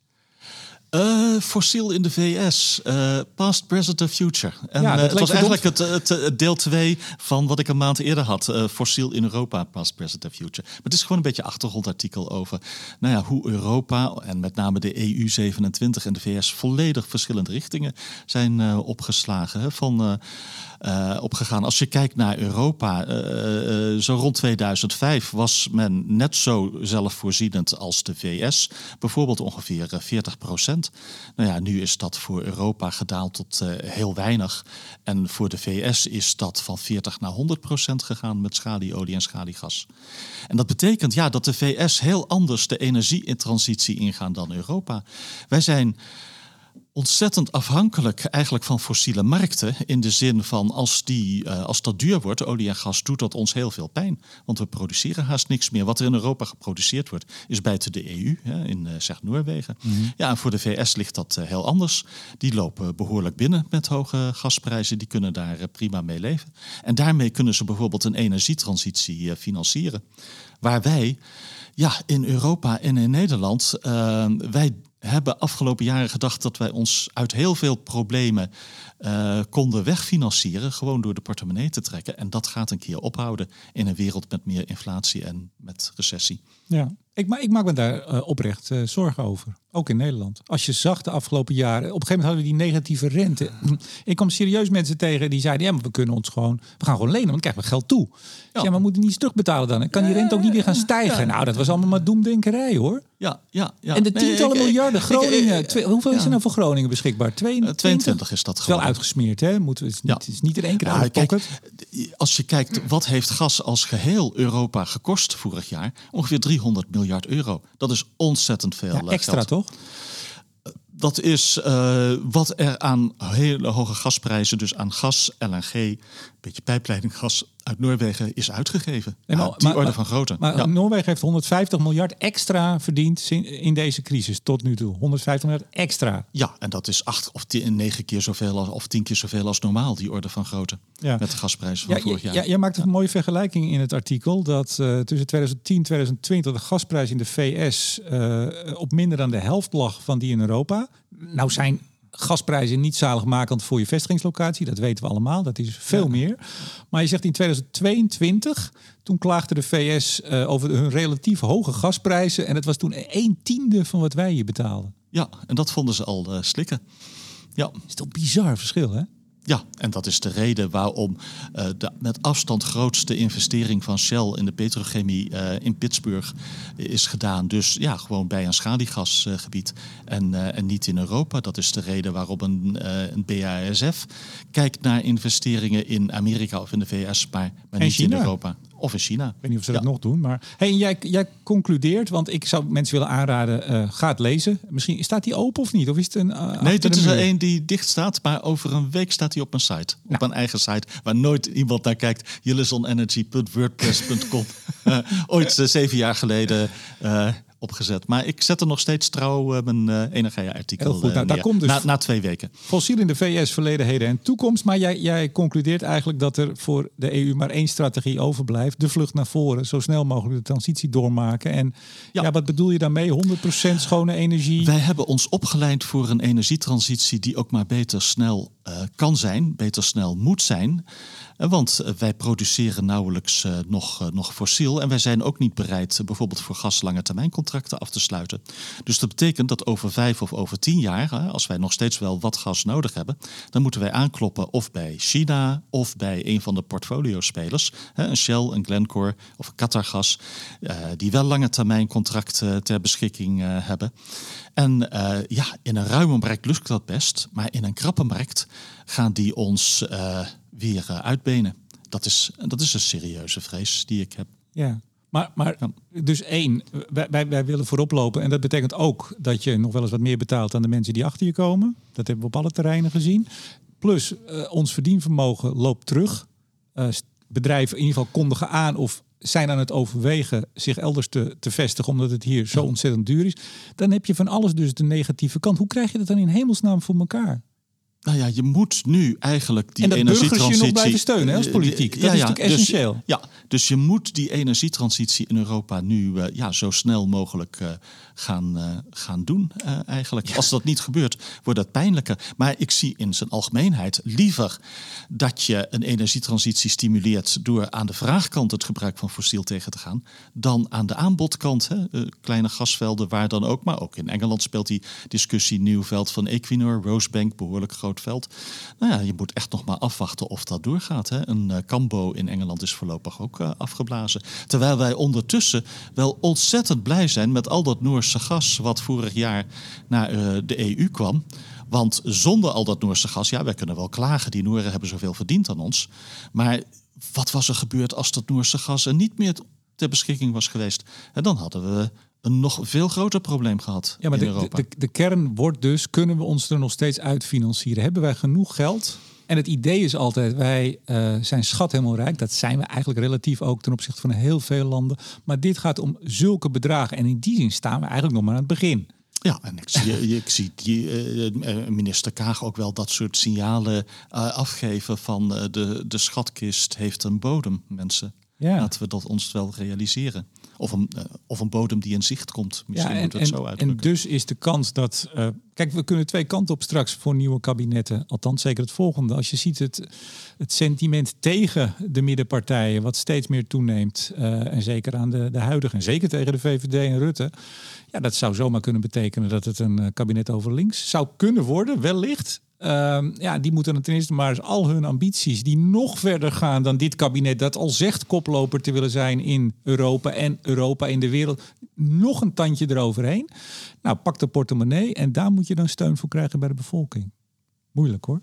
Uh, fossiel in de V S, uh, past, present en future. En ja, uh, het was eigenlijk het, het, het deel twee van wat ik een maand eerder had. Uh, fossiel in Europa, past, present en future. Maar het is gewoon een beetje een achtergrondartikel over nou ja, hoe Europa en met name de E U zevenentwintig en de V S volledig verschillende richtingen zijn uh, opgeslagen. Hè, van, uh, uh, opgegaan. Als je kijkt naar Europa, uh, uh, zo rond tweeduizend vijf was men net zo zelfvoorzienend als de V S. Bijvoorbeeld ongeveer uh, veertig procent. Nou ja, nu is dat voor Europa gedaald tot uh, heel weinig. En voor de V S is dat van veertig naar honderd procent gegaan met schalieolie en schaliegas. En dat betekent ja, dat de V S heel anders de energietransitie ingaan dan Europa. Wij zijn ontzettend afhankelijk eigenlijk van fossiele markten. In de zin van als, die, uh, als dat duur wordt, olie en gas, doet dat ons heel veel pijn. Want we produceren haast niks meer. Wat er in Europa geproduceerd wordt, is buiten de E U, hè, in uh, zeg Noorwegen. Mm-hmm. Ja, en voor de V S ligt dat uh, heel anders. Die lopen behoorlijk binnen met hoge gasprijzen. Die kunnen daar uh, prima mee leven. En daarmee kunnen ze bijvoorbeeld een energietransitie uh, financieren. Waar wij, ja, in Europa en in Nederland, uh, wij hebben afgelopen jaren gedacht dat wij ons uit heel veel problemen uh, konden wegfinancieren, gewoon door de portemonnee te trekken. En dat gaat een keer ophouden in een wereld met meer inflatie en met recessie. Ja, ik, ma- ik maak me daar uh, oprecht uh, zorgen over. Ook in Nederland. Als je zag de afgelopen jaren, op een gegeven moment hadden we die negatieve rente. Ik kwam serieus mensen tegen die zeiden, ja, maar we kunnen ons gewoon, we gaan gewoon lenen, want dan krijgen we geld toe. Ja, ja maar we moeten niet terugbetalen dan. En kan die rente ook niet weer gaan stijgen? Ja. Nou, dat was allemaal maar doemdenkerij, hoor. Ja, ja, ja. En de tientallen nee, ik, miljarden, Groningen. Ik, ik, twee, hoeveel ja. is er nou voor Groningen beschikbaar? tweeëntwintig, tweeëntwintig is dat gewoon. Wel uitgesmeerd, hè? Moeten we, het, is niet, ja. het is niet in één keer ja, uit de pocket. Als je kijkt, wat heeft gas als geheel Europa gekost vorig jaar? Ongeveer driehonderd miljard euro. Dat is ontzettend veel ja, extra, geld. Toch? Dat is uh, wat er aan hele hoge gasprijzen, dus aan gas, L N G, een beetje pijpleidinggas uit Noorwegen is uitgegeven. Nee, maar, ja, die maar, orde maar, van grootte. Maar ja. Noorwegen heeft honderdvijftig miljard extra verdiend in deze crisis tot nu toe. honderdvijftig miljard extra. Ja, en dat is acht of tien, negen keer zoveel als, of tien keer zoveel als normaal, die orde van grootte. Ja. Met de gasprijzen van ja, vorig jaar. Ja, jij maakt een ja. mooie vergelijking in het artikel dat uh, tussen twintig tien en twintig twintig de gasprijs in de V S uh, op minder dan de helft lag van die in Europa. Nou zijn gasprijzen niet zaligmakend voor je vestigingslocatie. Dat weten we allemaal. Dat is veel ja. meer. Maar je zegt in twintig tweeëntwintig... toen klaagde de V S uh, over hun relatief hoge gasprijzen. En het was toen een tiende van wat wij hier betaalden. Ja, en dat vonden ze al uh, slikken. Ja. Dat is toch een bizar verschil, hè? Ja, en dat is de reden waarom uh, de met afstand grootste investering van Shell in de petrochemie uh, in Pittsburgh is gedaan. Dus ja, gewoon bij een schaliegasgebied uh, en, uh, en niet in Europa. Dat is de reden waarom een, uh, een B A S F kijkt naar investeringen in Amerika of in de V S, maar, maar niet China. in Europa. Of in China. Ik weet niet of ze ja. dat nog doen. Maar hey, jij, jij concludeert, want ik zou mensen willen aanraden, uh, ga het lezen. Misschien staat die open of niet? Of is het een, uh, nee, dit is er een die dicht staat, maar over een week staat hij op mijn site. Nou. Op mijn eigen site, waar nooit iemand naar kijkt. jillesonenergy punt wordpress punt com. uh, ooit uh, zeven jaar geleden uh, opgezet. Maar ik zet er nog steeds trouw uh, mijn uh, Energia-artikel Heel goed. Nou, uh, daar komt dus na, na twee weken. Fossiel in de V S, verleden, heden en toekomst. Maar jij, jij concludeert eigenlijk dat er voor de E U maar één strategie overblijft. De vlucht naar voren. Zo snel mogelijk de transitie doormaken. En ja, ja wat bedoel je daarmee? honderd procent schone energie? Wij hebben ons opgeleid voor een energietransitie die ook maar beter snel uh, kan zijn. Beter snel moet zijn. Want wij produceren nauwelijks uh, nog, uh, nog fossiel. En wij zijn ook niet bereid uh, bijvoorbeeld voor gas lange termijn contracten af te sluiten. Dus dat betekent dat over vijf of over tien jaar, uh, als wij nog steeds wel wat gas nodig hebben, dan moeten wij aankloppen of bij China of bij een van de portfoliospelers. Uh, een Shell, een Glencore of een Qatargas. Uh, die wel lange termijn contracten ter beschikking uh, hebben. En uh, ja, in een ruime markt lukt dat best. Maar in een krappe markt gaan die ons Uh, weer uh, uitbenen. Dat is, dat is een serieuze vrees die ik heb. Ja, maar, maar ja. dus één, wij, wij, wij willen voorop lopen. En dat betekent ook dat je nog wel eens wat meer betaalt aan de mensen die achter je komen. Dat hebben we op alle terreinen gezien. Plus, uh, ons verdienvermogen loopt terug. Uh, bedrijven in ieder geval kondigen aan of zijn aan het overwegen zich elders te, te vestigen, omdat het hier zo ontzettend duur is. Dan heb je van alles dus de negatieve kant. Hoe krijg je dat dan in hemelsnaam voor elkaar? Nou ja, je moet nu eigenlijk die en dat energietransitie burgers je nog blijven steunen hè, als politiek. Dat ja, is natuurlijk ja, essentieel. Dus, ja, dus je moet die energietransitie in Europa nu uh, ja, zo snel mogelijk uh, gaan, uh, gaan doen uh, eigenlijk. Ja. Als dat niet gebeurt, wordt dat pijnlijker. Maar ik zie in zijn algemeenheid liever dat je een energietransitie stimuleert door aan de vraagkant het gebruik van fossiel tegen te gaan, dan aan de aanbodkant. Hè, uh, kleine gasvelden, waar dan ook. Maar ook in Engeland speelt die discussie nieuw veld van Equinor, Rosebank, behoorlijk groot veld. Nou ja, je moet echt nog maar afwachten of dat doorgaat. Hè. Een uh, Cambo in Engeland is voorlopig ook uh, afgeblazen. Terwijl wij ondertussen wel ontzettend blij zijn met al dat Noorse gas wat vorig jaar naar uh, de E U kwam. Want zonder al dat Noorse gas, ja, wij kunnen wel klagen. Die Nooren hebben zoveel verdiend aan ons. Maar wat was er gebeurd als dat Noorse gas er niet meer ter beschikking was geweest? En dan hadden we een nog veel groter probleem gehad ja, maar in de, Europa. De, de, de kern wordt dus, kunnen we ons er nog steeds uit financieren? Hebben wij genoeg geld? En het idee is altijd, wij uh, zijn schat helemaal rijk. Dat zijn we eigenlijk relatief ook ten opzichte van heel veel landen. Maar dit gaat om zulke bedragen. En in die zin staan we eigenlijk nog maar aan het begin. Ja, en ik zie, ik zie die, uh, minister Kaag ook wel dat soort signalen uh, afgeven van uh, de, de schatkist heeft een bodem, mensen. Ja. Laten we dat ons wel realiseren. Of een, uh, of een bodem die in zicht komt. Misschien ja, en, moet het en, zo uitdrukken. En dus is de kans dat... Uh, kijk, we kunnen twee kanten op straks voor nieuwe kabinetten. Althans, zeker het volgende. Als je ziet het, het sentiment tegen de middenpartijen... wat steeds meer toeneemt. Uh, en zeker aan de, de huidige. En zeker tegen de V V D en Rutte. Ja, dat zou zomaar kunnen betekenen dat het een uh, kabinet over links zou kunnen worden. Wellicht. Uh, ja, die moeten ten eerste maar eens al hun ambities... die nog verder gaan dan dit kabinet... dat al zegt koploper te willen zijn in Europa... en Europa in de wereld... nog een tandje eroverheen. Nou, pak de portemonnee... en daar moet je dan steun voor krijgen bij de bevolking. Moeilijk, hoor.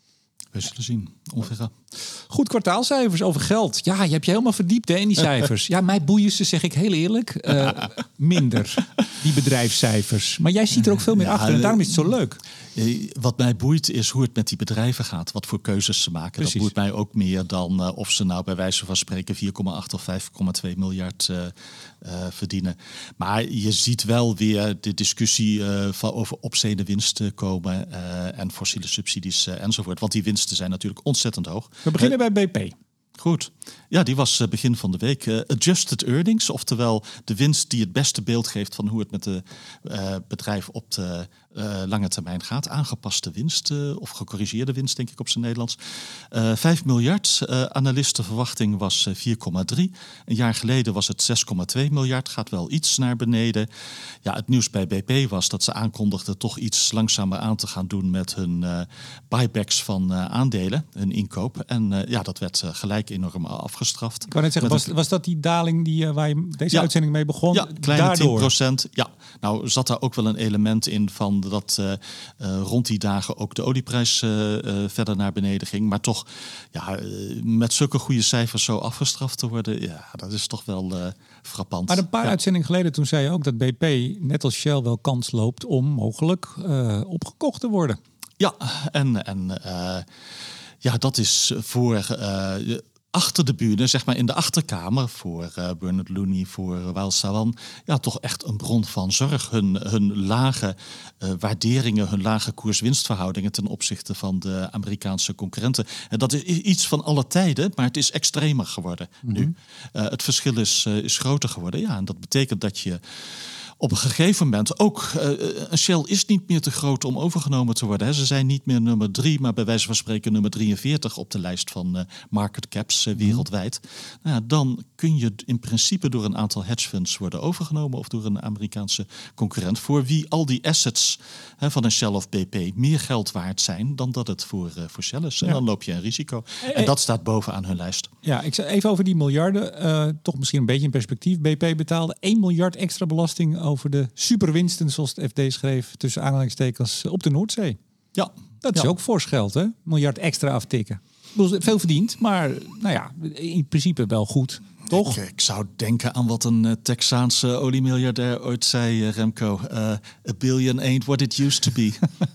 We zullen zien. Ongeveer. Goed, kwartaalcijfers over geld. Ja, je hebt je helemaal verdiept hè, in die cijfers. Ja, mij boeien ze, zeg ik heel eerlijk, uh, minder. Die bedrijfscijfers. Maar jij ziet er ook veel meer ja, achter en daarom is het zo leuk. Wat mij boeit is hoe het met die bedrijven gaat. Wat voor keuzes ze maken. Precies. Dat boeit mij ook meer dan uh, of ze nou bij wijze van spreken vier komma acht of vijf komma twee miljard uh, uh, verdienen. Maar je ziet wel weer de discussie uh, van over opzijde winsten komen. Uh, en fossiele subsidies uh, enzovoort. Want die winsten zijn natuurlijk ontzettend hoog. We beginnen uh, bij B P. Goed. Ja, die was uh, begin van de week. Uh, adjusted earnings, oftewel de winst die het beste beeld geeft van hoe het met de uh, bedrijf op de uh, lange termijn gaat. Aangepaste winst, uh, of gecorrigeerde winst, denk ik op zijn Nederlands. Uh, vijf miljard. Uh, analistenverwachting was uh, vier komma drie. Een jaar geleden was het zes komma twee miljard. Gaat wel iets naar beneden. Ja, het nieuws bij B P was dat ze aankondigden toch iets langzamer aan te gaan doen met hun uh, buybacks van uh, aandelen, hun inkoop. En uh, ja, dat werd uh, gelijk enorm afgestraft. Ik wou net zeggen, was, was dat die daling die, uh, waar je deze ja, uitzending mee begon? Ja, kleine Daardoor. tien procent. Ja, nou zat daar ook wel een element in van dat uh, uh, rond die dagen ook de olieprijs uh, uh, verder naar beneden ging. Maar toch, ja, uh, met zulke goede cijfers zo afgestraft te worden, ja, dat is toch wel uh, frappant. Maar een paar ja. uitzendingen geleden toen zei je ook dat B P, net als Shell, wel kans loopt om mogelijk uh, opgekocht te worden. Ja, en, en uh, ja, dat is voor... Uh, achter de bühne, zeg maar in de achterkamer, voor uh, Bernard Looney, voor Wael Sawan, ja, toch echt een bron van zorg. Hun, hun lage uh, waarderingen, hun lage koers-winstverhoudingen ten opzichte van de Amerikaanse concurrenten. En dat is iets van alle tijden, maar het is extremer geworden mm-hmm. nu. Uh, het verschil is, uh, is groter geworden. Ja, en dat betekent dat je op een gegeven moment ook, uh, een Shell is niet meer te groot om overgenomen te worden. Hè. Ze zijn niet meer nummer drie, maar bij wijze van spreken nummer drieënveertig op de lijst van uh, market caps uh, wereldwijd. Mm. Nou ja, dan kun je in principe door een aantal hedge funds worden overgenomen of door een Amerikaanse concurrent, voor wie al die assets hè, van een Shell of B P meer geld waard zijn dan dat het voor, uh, voor Shell is. En ja. dan loop je een risico. En dat staat bovenaan hun lijst. Ja, ik zei even over die miljarden. Uh, toch misschien een beetje in perspectief. B P betaalde één miljard extra belasting over de superwinsten, zoals het F D schreef, tussen aanhalingstekens, op de Noordzee. Ja. Dat is ja. ook fors geld, hè? Een miljard extra aftikken. Veel verdiend, maar nou ja, in principe wel goed, toch? Ik, ik zou denken aan wat een uh, Texaanse oliemiljardair ooit zei, uh, Remco. Uh, a billion ain't what it used to be.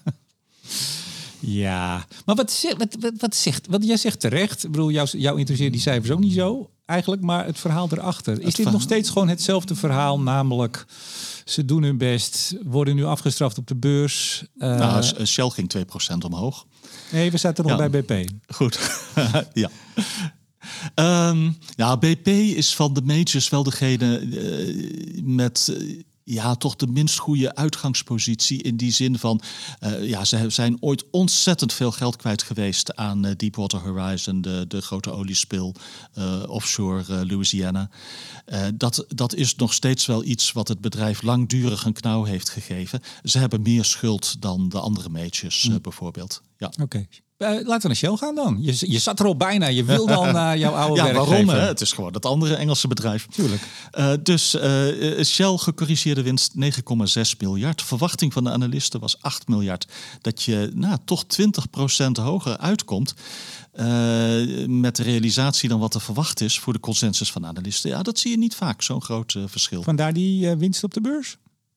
Ja, maar wat, zegt, wat, wat, wat zegt, wat jij zegt terecht, ik bedoel, jou, jou interesseert die cijfers ook niet zo eigenlijk, maar het verhaal erachter. Is het dit verhaal... nog steeds gewoon hetzelfde verhaal, namelijk ze doen hun best, worden nu afgestraft op de beurs? Uh... Nou, Shell ging twee procent omhoog. Nee, we zaten nog ja. bij B P. Goed, ja. Um, ja, B P is van de majors wel degene uh, met... Uh, Ja, toch de minst goede uitgangspositie in die zin van... Uh, ja, ze zijn ooit ontzettend veel geld kwijt geweest aan uh, Deepwater Horizon, de, de grote oliespil uh, offshore uh, Louisiana. Uh, dat, dat is nog steeds wel iets wat het bedrijf langdurig een knauw heeft gegeven. Ze hebben meer schuld dan de andere majors uh, bijvoorbeeld. Ja. Oké. Okay. Uh, laten we naar Shell gaan dan. Je, je zat er al bijna. Je wilde al naar jouw oude ja, werkgever. Waarom? Hè? Het is gewoon het andere Engelse bedrijf. Tuurlijk. Uh, dus uh, Shell gecorrigeerde winst negen komma zes miljard. Verwachting van de analisten was acht miljard. Dat je nou, toch twintig procent hoger uitkomt. Uh, met de realisatie dan wat er verwacht is voor de consensus van analisten. Ja, dat zie je niet vaak, zo'n groot uh, verschil. Vandaar die uh, winst op de beurs?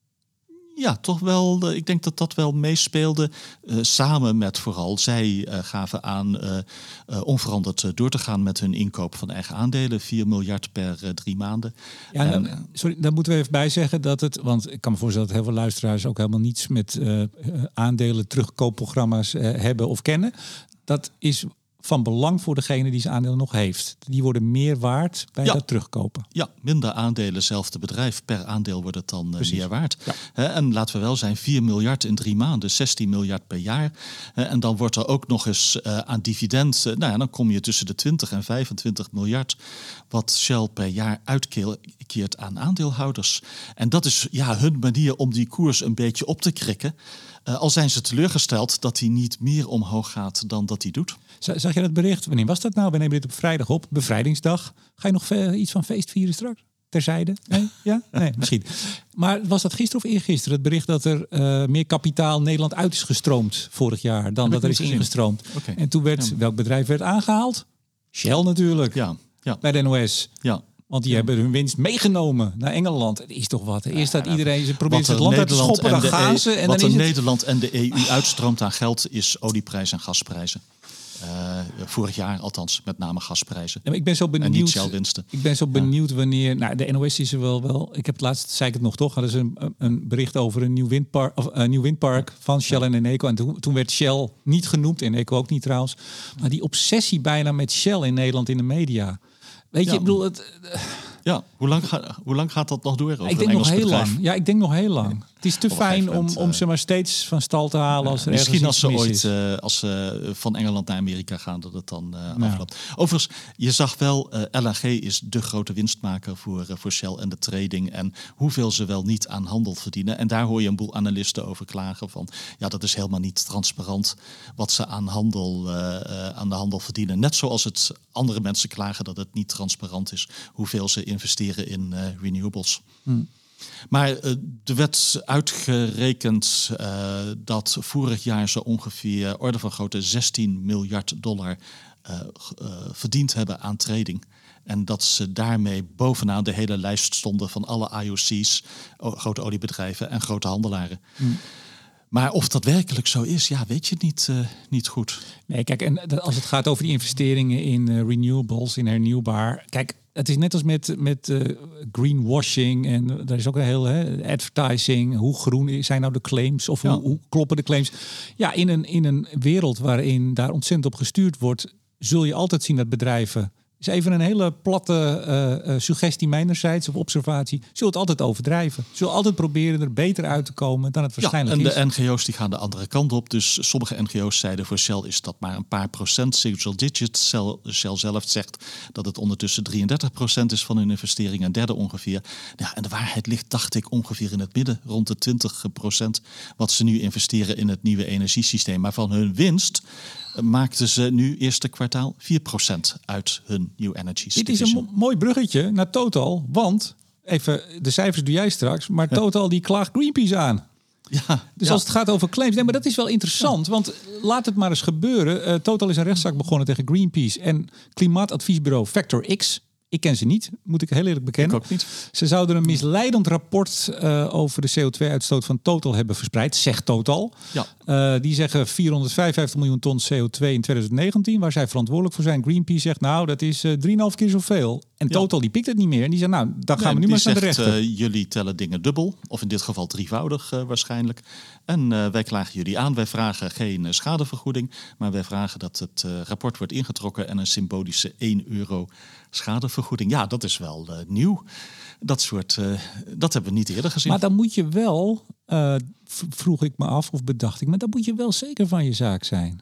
Ja, toch wel. Ik denk dat dat wel meespeelde. Uh, samen met vooral, zij uh, gaven aan uh, uh, onveranderd uh, door te gaan met hun inkoop van eigen aandelen. vier miljard per uh, drie maanden. Ja, dan, en, sorry, daar moeten we even bij zeggen dat het, want ik kan me voorstellen dat heel veel luisteraars ook helemaal niets met uh, aandelen terugkoopprogramma's uh, hebben of kennen. Dat is van belang voor degene die zijn aandelen nog heeft. Die worden meer waard bij ja. dat terugkopen. Ja, minder aandelen, zelfde bedrijf. Per aandeel wordt het dan uh, meer waard. Ja. He, en laten we wel zijn, vier miljard in drie maanden, zestien miljard per jaar. He, en dan wordt er ook nog eens uh, aan dividend, uh, nou ja, dan kom je tussen de twintig en vijfentwintig miljard... wat Shell per jaar uitkeert aan aandeelhouders. En dat is ja, hun manier om die koers een beetje op te krikken. Uh, al zijn ze teleurgesteld dat hij niet meer omhoog gaat dan dat hij doet. Zag je dat bericht? Wanneer was dat nou? We nemen dit op vrijdag op. Bevrijdingsdag. Ga je nog ve- iets van feest vieren straks? Terzijde? Nee? Ja? Nee, misschien. Maar was dat gisteren of eergisteren? Het bericht dat er uh, meer kapitaal Nederland uit is gestroomd vorig jaar dan dat er is gezien. ingestroomd. Okay. En toen werd, ja. welk bedrijf werd aangehaald? Shell natuurlijk. Ja. Ja. Bij de N O S. Ja. Want die ja. hebben hun winst meegenomen naar Engeland. Het is toch wat. Eerst dat ja, iedereen ze probeert het land uit te schoppen, dan gaan ze. En wat dan is er het... Nederland en de E U uitstroomt aan geld is olieprijs en gasprijzen. Uh, vorig jaar althans, met name gasprijzen. Ja, maar ik ben zo benieuwd. En niet Shell-winsten. Ik ben zo benieuwd ja. wanneer. Nou, de N O S is er wel wel. Ik heb het laatst, zei ik het nog toch, hadden ze een, een bericht over een nieuw windpark, of een nieuw windpark van Shell ja. en Eneco. En toen, toen werd Shell niet genoemd, Eneco ook niet trouwens. Maar die obsessie bijna met Shell in Nederland in de media. Weet je, ja. ik bedoel het. Ja, hoe lang, ga, hoe lang gaat dat nog door? Over ik denk een nog heel bedrijf? lang. Ja, ik denk nog heel lang. Nee. Het is te fijn om, om uh, ze maar steeds van stal te halen. Als er misschien als ze ooit uh, als ze van Engeland naar Amerika gaan, dat het dan uh, ja. afloopt. Overigens, je zag wel, uh, L N G is de grote winstmaker voor, uh, voor Shell en de trading. En hoeveel ze wel niet aan handel verdienen. En daar hoor je een boel analisten over klagen van. Ja, dat is helemaal niet transparant wat ze aan, handel, uh, uh, aan de handel verdienen. Net zoals het andere mensen klagen dat het niet transparant is hoeveel ze investeren in uh, renewables. Hmm. Maar uh, er werd uitgerekend uh, dat vorig jaar zo ongeveer orde van grootte zestien miljard dollar uh, uh, verdiend hebben aan trading. En dat ze daarmee bovenaan de hele lijst stonden van alle I O C's, grote oliebedrijven en grote handelaren. Hmm. Maar of dat werkelijk zo is, ja, weet je niet, uh, niet goed. Nee, kijk, en als het gaat over die investeringen in uh, renewables, in hernieuwbaar. Kijk, het is net als met, met uh, greenwashing en daar is ook een heel hè, advertising. Hoe groen zijn nou de claims of ja. hoe, hoe kloppen de claims? Ja, in een, in een wereld waarin daar ontzettend op gestuurd wordt, zul je altijd zien dat bedrijven. Is even een hele platte uh, uh, suggestie mijnerzijds of observatie. Zul het altijd overdrijven. Zul altijd proberen er beter uit te komen dan het waarschijnlijk ja, en is. En de N G O's die gaan de andere kant op. Dus sommige N G O's zeiden voor Shell is dat maar een paar procent. Single digit. Shell, Shell zelf zegt dat het ondertussen drieëndertig procent is van hun investering. Een derde ongeveer. Ja, en de waarheid ligt, dacht ik, ongeveer in het midden. Rond de twintig procent wat ze nu investeren in het nieuwe energiesysteem. Maar van hun winst maakten ze nu eerste kwartaal vier procent uit hun New Energies. Dit is een mo- mooi bruggetje naar Total, want even de cijfers doe jij straks, maar Total die klaagt Greenpeace aan. Ja, dus ja. als het gaat over claims, nee, maar dat is wel interessant, ja. want laat het maar eens gebeuren. Uh, Total is een rechtszaak begonnen tegen Greenpeace en klimaatadviesbureau Factor X. Ik ken ze niet, moet ik heel eerlijk bekennen. Ik ook niet. Ze zouden een misleidend rapport uh, over de C O twee uitstoot van Total hebben verspreid, zegt Total. Ja. Uh, die zeggen vierhonderdvijfenvijftig miljoen ton C O twee in twintig negentien, waar zij verantwoordelijk voor zijn. Greenpeace zegt, nou, dat is uh, drieënhalf keer zoveel. En ja. Total, die pikt het niet meer. En die zegt, nou, dan gaan nee, we nu maar eens naar de rechter. Uh, jullie tellen dingen dubbel, of in dit geval drievoudig uh, waarschijnlijk. En uh, wij klagen jullie aan. Wij vragen geen uh, schadevergoeding, maar wij vragen dat het uh, rapport wordt ingetrokken en een symbolische één euro schadevergoeding. Ja, dat is wel uh, nieuw. Dat soort, uh, dat hebben we niet eerder gezien. Maar dan moet je wel, uh, vroeg ik me af of bedacht ik, maar dan moet je wel zeker van je zaak zijn.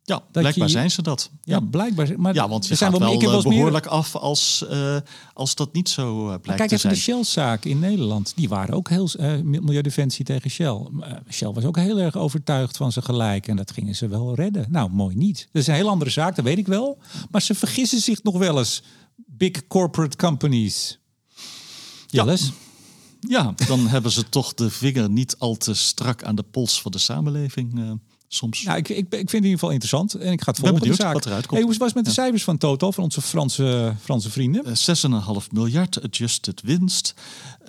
Ja, blijkbaar je, zijn ze dat. Ja, ja. blijkbaar. Maar ja, want je er zijn gaat wel, wel, ik heb wel behoorlijk meer... af als, uh, als dat niet zo uh, blijkt kijk te even zijn. de Shell-zaak in Nederland. Die waren ook heel uh, Milieudefensie tegen Shell. Uh, Shell was ook heel erg overtuigd van zijn gelijk. En dat gingen ze wel redden. Nou, mooi niet. Dat is een heel andere zaak, dat weet ik wel. Maar ze vergissen zich nog wel eens. Big corporate companies. Jelles? Ja, ja dan hebben ze toch de vinger niet al te strak aan de pols van de samenleving... Uh. Soms. Nou, ik, ik, ik vind het in ieder geval interessant. En ik ga het volgen de zaak. Wat eruit komt. Hey, hoe was het met de ja. cijfers van Total, van onze Franse, Franse vrienden? Uh, zes komma vijf miljard adjusted winst. Uh,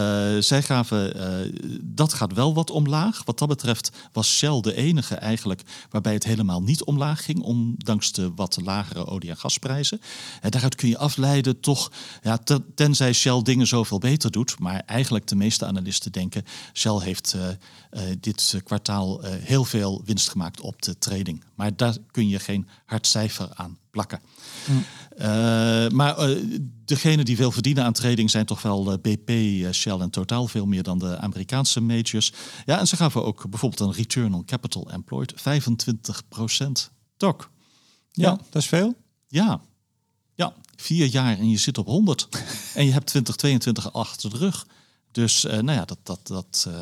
zij gaven, uh, dat gaat wel wat omlaag. Wat dat betreft was Shell de enige eigenlijk waarbij het helemaal niet omlaag ging, ondanks de wat lagere olie- en gasprijzen. En daaruit kun je afleiden toch, ja, ten, tenzij Shell dingen zoveel beter doet, maar eigenlijk de meeste analisten denken, Shell heeft uh, uh, dit kwartaal uh, heel veel winst gemaakt op de trading. Maar daar kun je geen hard cijfer aan plakken. Mm. Uh, maar uh, degenen die veel verdienen aan trading zijn toch wel uh, B P, uh, Shell en Total, veel meer dan de Amerikaanse majors. Ja, en ze gaven ook bijvoorbeeld een return on capital employed, vijfentwintig procent. Toch? Ja, ja, dat is veel. Ja. Ja, vier jaar en je zit op honderd. En je hebt twintig tweeëntwintig achter de rug. Dus uh, nou ja, dat... dat, dat uh,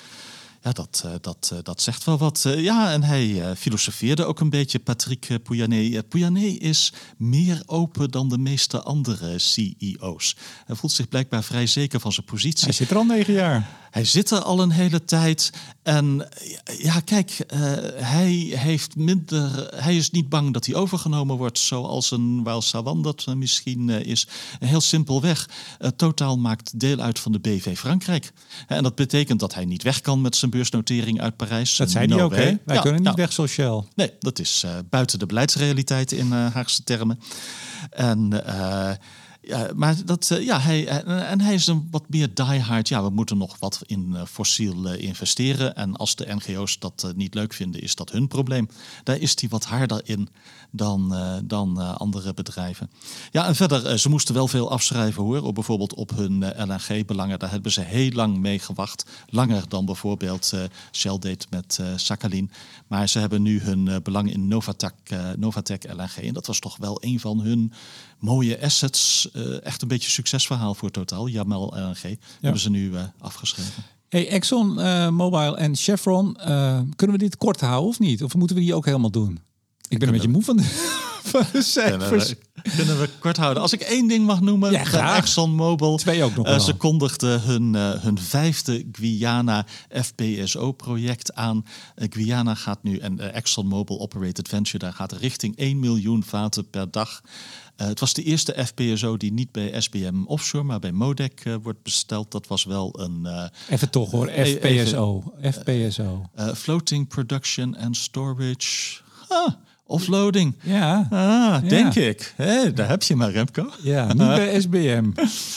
Ja, dat, uh, dat, uh, dat zegt wel wat. Uh, ja, en hij uh, filosofeerde ook een beetje, Patrick uh, Pouyanné. Uh, Pouyanné is meer open dan de meeste andere C E O's. Hij voelt zich blijkbaar vrij zeker van zijn positie. Hij zit er al negen jaar. Hij zit er al een hele tijd. En ja, kijk, uh, hij heeft minder. Hij is niet bang dat hij overgenomen wordt, zoals een Wael Sawan dat uh, misschien uh, is. Heel simpelweg. Uh, Total maakt deel uit van de B V Frankrijk. En dat betekent dat hij niet weg kan met zijn beursnotering uit Parijs. Dat zei hij ook, hè? Wij ja, kunnen niet ja. weg zoals Shell. Nee, dat is uh, buiten de beleidsrealiteit in uh, Haagse termen. En... Uh, Ja, maar dat, uh, ja, hij, uh, en hij is een wat meer diehard. Ja, we moeten nog wat in uh, fossiel uh, investeren. En als de N G O's dat uh, niet leuk vinden, is dat hun probleem. Daar is hij wat harder in dan, uh, dan uh, andere bedrijven. Ja, en verder, uh, ze moesten wel veel afschrijven hoor. Op bijvoorbeeld op hun uh, L N G-belangen. Daar hebben ze heel lang mee gewacht. Langer dan bijvoorbeeld uh, Shell deed met uh, Sakhalin. Maar ze hebben nu hun uh, belang in Novatek, uh, Novatek L N G. En dat was toch wel een van hun mooie assets. Uh, echt een beetje succesverhaal voor Total. Yamal L N G ja. hebben ze nu uh, afgeschreven. Hey, Exxon, uh, Mobil en Chevron, uh, kunnen we dit kort houden of niet? Of moeten we die ook helemaal doen? Ik ben een beetje moe van de, van de cijfers. Kunnen we, kunnen we kort houden. Als ik één ding mag noemen, ja, graag. Exxon Mobil. Twee ook nog uh, ze kondigden hun, uh, hun vijfde Guyana F P S O-project aan. Uh, Guyana gaat nu, en uh, Exxon Mobil Operated Venture, daar gaat richting één miljoen vaten per dag. Uh, het was de eerste F P S O die niet bij S B M Offshore, maar bij Modec uh, wordt besteld. Dat was wel een... Uh, even toch hoor, F P S O. Even, F P S O. Uh, uh, floating Production and Storage... Ah, offloading. Ja. Ah, denk ja. ik. Hey, daar heb je maar, Remco. Ja, niet bij S B M.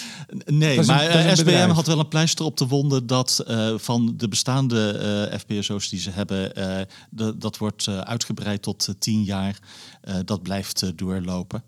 Nee, een, maar uh, S B M bedrijf. had wel een pleister op de wonden dat uh, van de bestaande uh, F P S O's die ze hebben, uh, de, dat wordt uh, uitgebreid tot uh, tien jaar. Uh, dat blijft uh, doorlopen.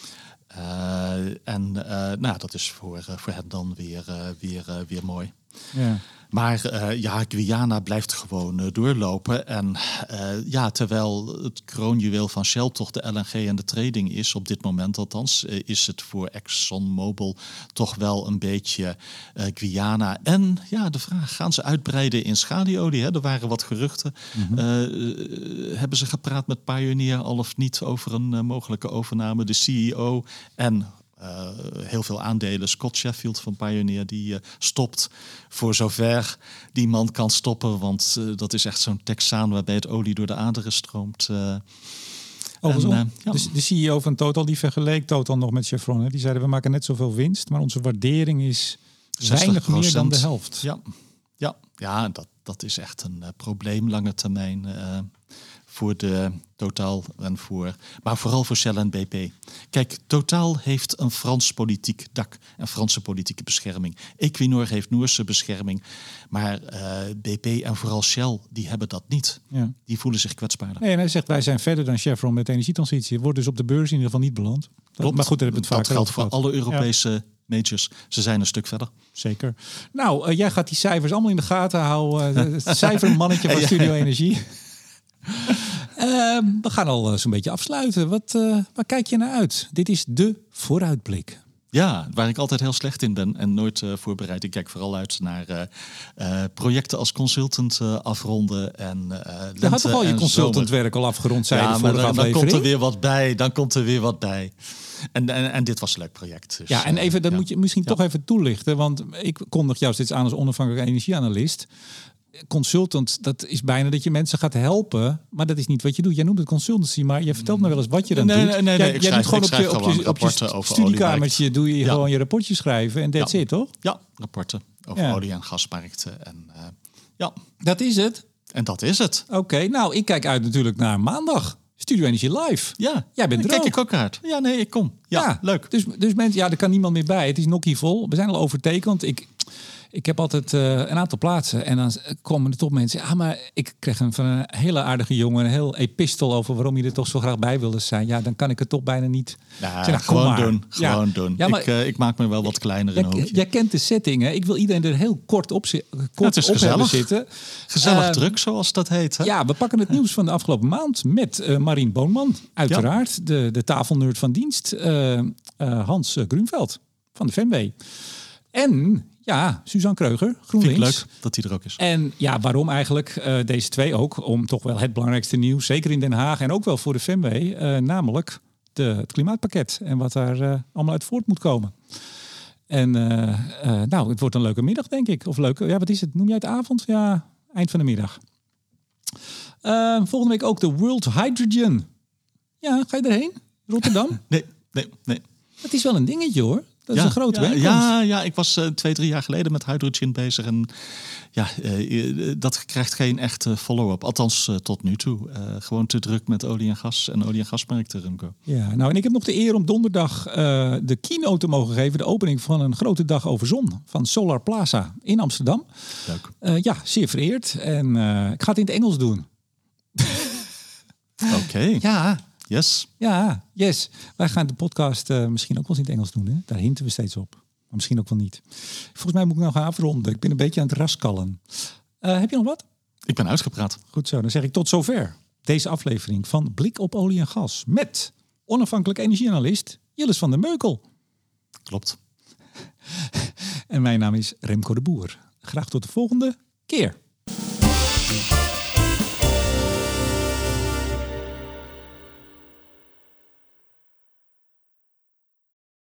Uh, en uh, nou, dat is voor, uh, voor hen dan weer, uh, weer, uh, weer mooi. Ja. Maar uh, ja, Guyana blijft gewoon uh, doorlopen. En uh, ja, terwijl het kroonjuweel van Shell toch de L N G en de trading is, op dit moment althans, uh, is het voor ExxonMobil toch wel een beetje uh, Guyana. En ja, de vraag, gaan ze uitbreiden in schalieolie? Hè? Er waren wat geruchten. Mm-hmm. Uh, uh, hebben ze gepraat met Pioneer al of niet over een uh, mogelijke overname? De C E O en... Uh, heel veel aandelen. Scott Sheffield van Pioneer die uh, stopt voor zover die man kan stoppen. Want uh, dat is echt zo'n Texaan waarbij het olie door de aderen stroomt. Uh, Overigens, en, uh, ja. de, de C E O van Total die vergeleek Total nog met Chevron. Hè? Die zeiden we maken net zoveel winst, maar onze waardering is weinig meer dan de helft. Ja, ja. ja dat, dat is echt een uh, probleem lange termijn. Uh, voor de Total en voor, maar vooral voor Shell en B P. Kijk, Total heeft een Frans politiek dak, een Franse politieke bescherming. Equinor heeft Noorse bescherming, maar uh, B P en vooral Shell, die hebben dat niet. Ja. Die voelen zich kwetsbaarder. Nee, en hij zegt, wij zijn verder dan Chevron met energietransitie. Wordt dus op de beurs in ieder geval niet beland. Klopt, maar goed, dat, hebben we het dat geldt voor alle Europese ja. majors. Ze zijn een stuk verder. Zeker. Nou, uh, jij gaat die cijfers allemaal in de gaten houden. Uh, het cijfermannetje van Studio Energie. we gaan al uh, zo'n beetje afsluiten. Wat, uh, waar kijk je naar uit? Dit is de vooruitblik. Ja, waar ik altijd heel slecht in ben en nooit uh, voorbereid. Ik kijk vooral uit naar uh, uh, projecten als consultant uh, afronden. En, uh, je had toch al je consultantwerk al afgerond, zei ja, de vorige maar dan, aflevering? Dan komt er weer wat bij, dan komt er weer wat bij. En, en, en dit was een leuk project. Dus, ja, en even, dat ja. moet je misschien ja. toch even toelichten. Want ik kondig jou steeds aan als onafhankelijke energieanalist. Consultant, dat is bijna dat je mensen gaat helpen. Maar dat is niet wat je doet. Jij noemt het consultancy, maar je vertelt me wel eens wat je dan nee, doet. Nee, nee, nee. Jij, ik jij schrijf, doet gewoon ik op je, op je, op je studiekamertje doe je ja. gewoon je rapportje schrijven. En that's ja. it, toch? Ja, rapporten over ja. olie- en gasmarkten. En, uh, ja. Dat is het? En dat is het. Oké, okay, nou, ik kijk uit natuurlijk naar maandag. Studio Energie Live. Ja, jij bent er kijk ook. ik ook uit. Ja, nee, ik kom. Ja, ja. leuk. Dus, dus mensen, ja, er kan niemand meer bij. Het is nokkievol. We zijn al overtekend. Ik... Ik heb altijd uh, een aantal plaatsen en dan komen er toch mensen. Ja, maar ik kreeg een, van een hele aardige jongen een heel epistel over waarom je er toch zo graag bij wilde zijn. Ja, dan kan ik het toch bijna niet. Ja, zeg, nou, gewoon doen. Gewoon ja. doen. Ja, maar, ik, uh, ik maak me wel wat kleiner in jij, jij kent de setting, hè? Ik wil iedereen er heel kort op, zi- kort ja, op hebben zitten. Gezellig uh, druk, zoals dat heet. Hè? Ja, we pakken het nieuws van de afgelopen maand met uh, Marien Boonman. Uiteraard, ja. de, de tafelnerd van dienst. Uh, uh, Hans uh, Grunveld van de V M W. En... Ja, Suzanne Kreuger, GroenLinks. Vind ik leuk dat hij er ook is. En ja, waarom eigenlijk uh, deze twee ook? Om toch wel het belangrijkste nieuws, zeker in Den Haag en ook wel voor de V M W, uh, namelijk de, het klimaatpakket en wat daar uh, allemaal uit voort moet komen. En uh, uh, nou, het wordt een leuke middag, denk ik. Of leuke, ja, wat is het? Noem jij het avond? Ja, eind van de middag. Uh, volgende week ook de World Hydrogen. Ja, ga je erheen? Rotterdam? nee, nee, nee. Het is wel een dingetje, hoor. Dat is ja, een grote ja, bijeenkomst. Ja, ja, ik was uh, twee, drie jaar geleden met hydrogen bezig. En ja, uh, dat krijgt geen echte follow-up. Althans, uh, tot nu toe. Uh, gewoon te druk met olie en gas en olie- en gasmarkten, Remco. Ja, nou, en ik heb nog de eer om donderdag uh, de keynote te mogen geven. De opening van een grote dag over zon van Solar Plaza in Amsterdam. Leuk. Uh, ja, zeer vereerd. En uh, ik ga het in het Engels doen. Oké. Okay. Ja. Yes. Ja, yes. Wij gaan de podcast uh, misschien ook wel eens in het Engels doen. Hè? Daar hinten we steeds op. Maar misschien ook wel niet. Volgens mij moet ik nou gaan afronden. Ik ben een beetje aan het raskallen. Uh, heb je nog wat? Ik ben uitgepraat. Goed zo, dan zeg ik tot zover. Deze aflevering van Blik op Olie en Gas. Met onafhankelijk energieanalist Jilles van der Meukel. Klopt. En mijn naam is Remco de Boer. Graag tot de volgende keer.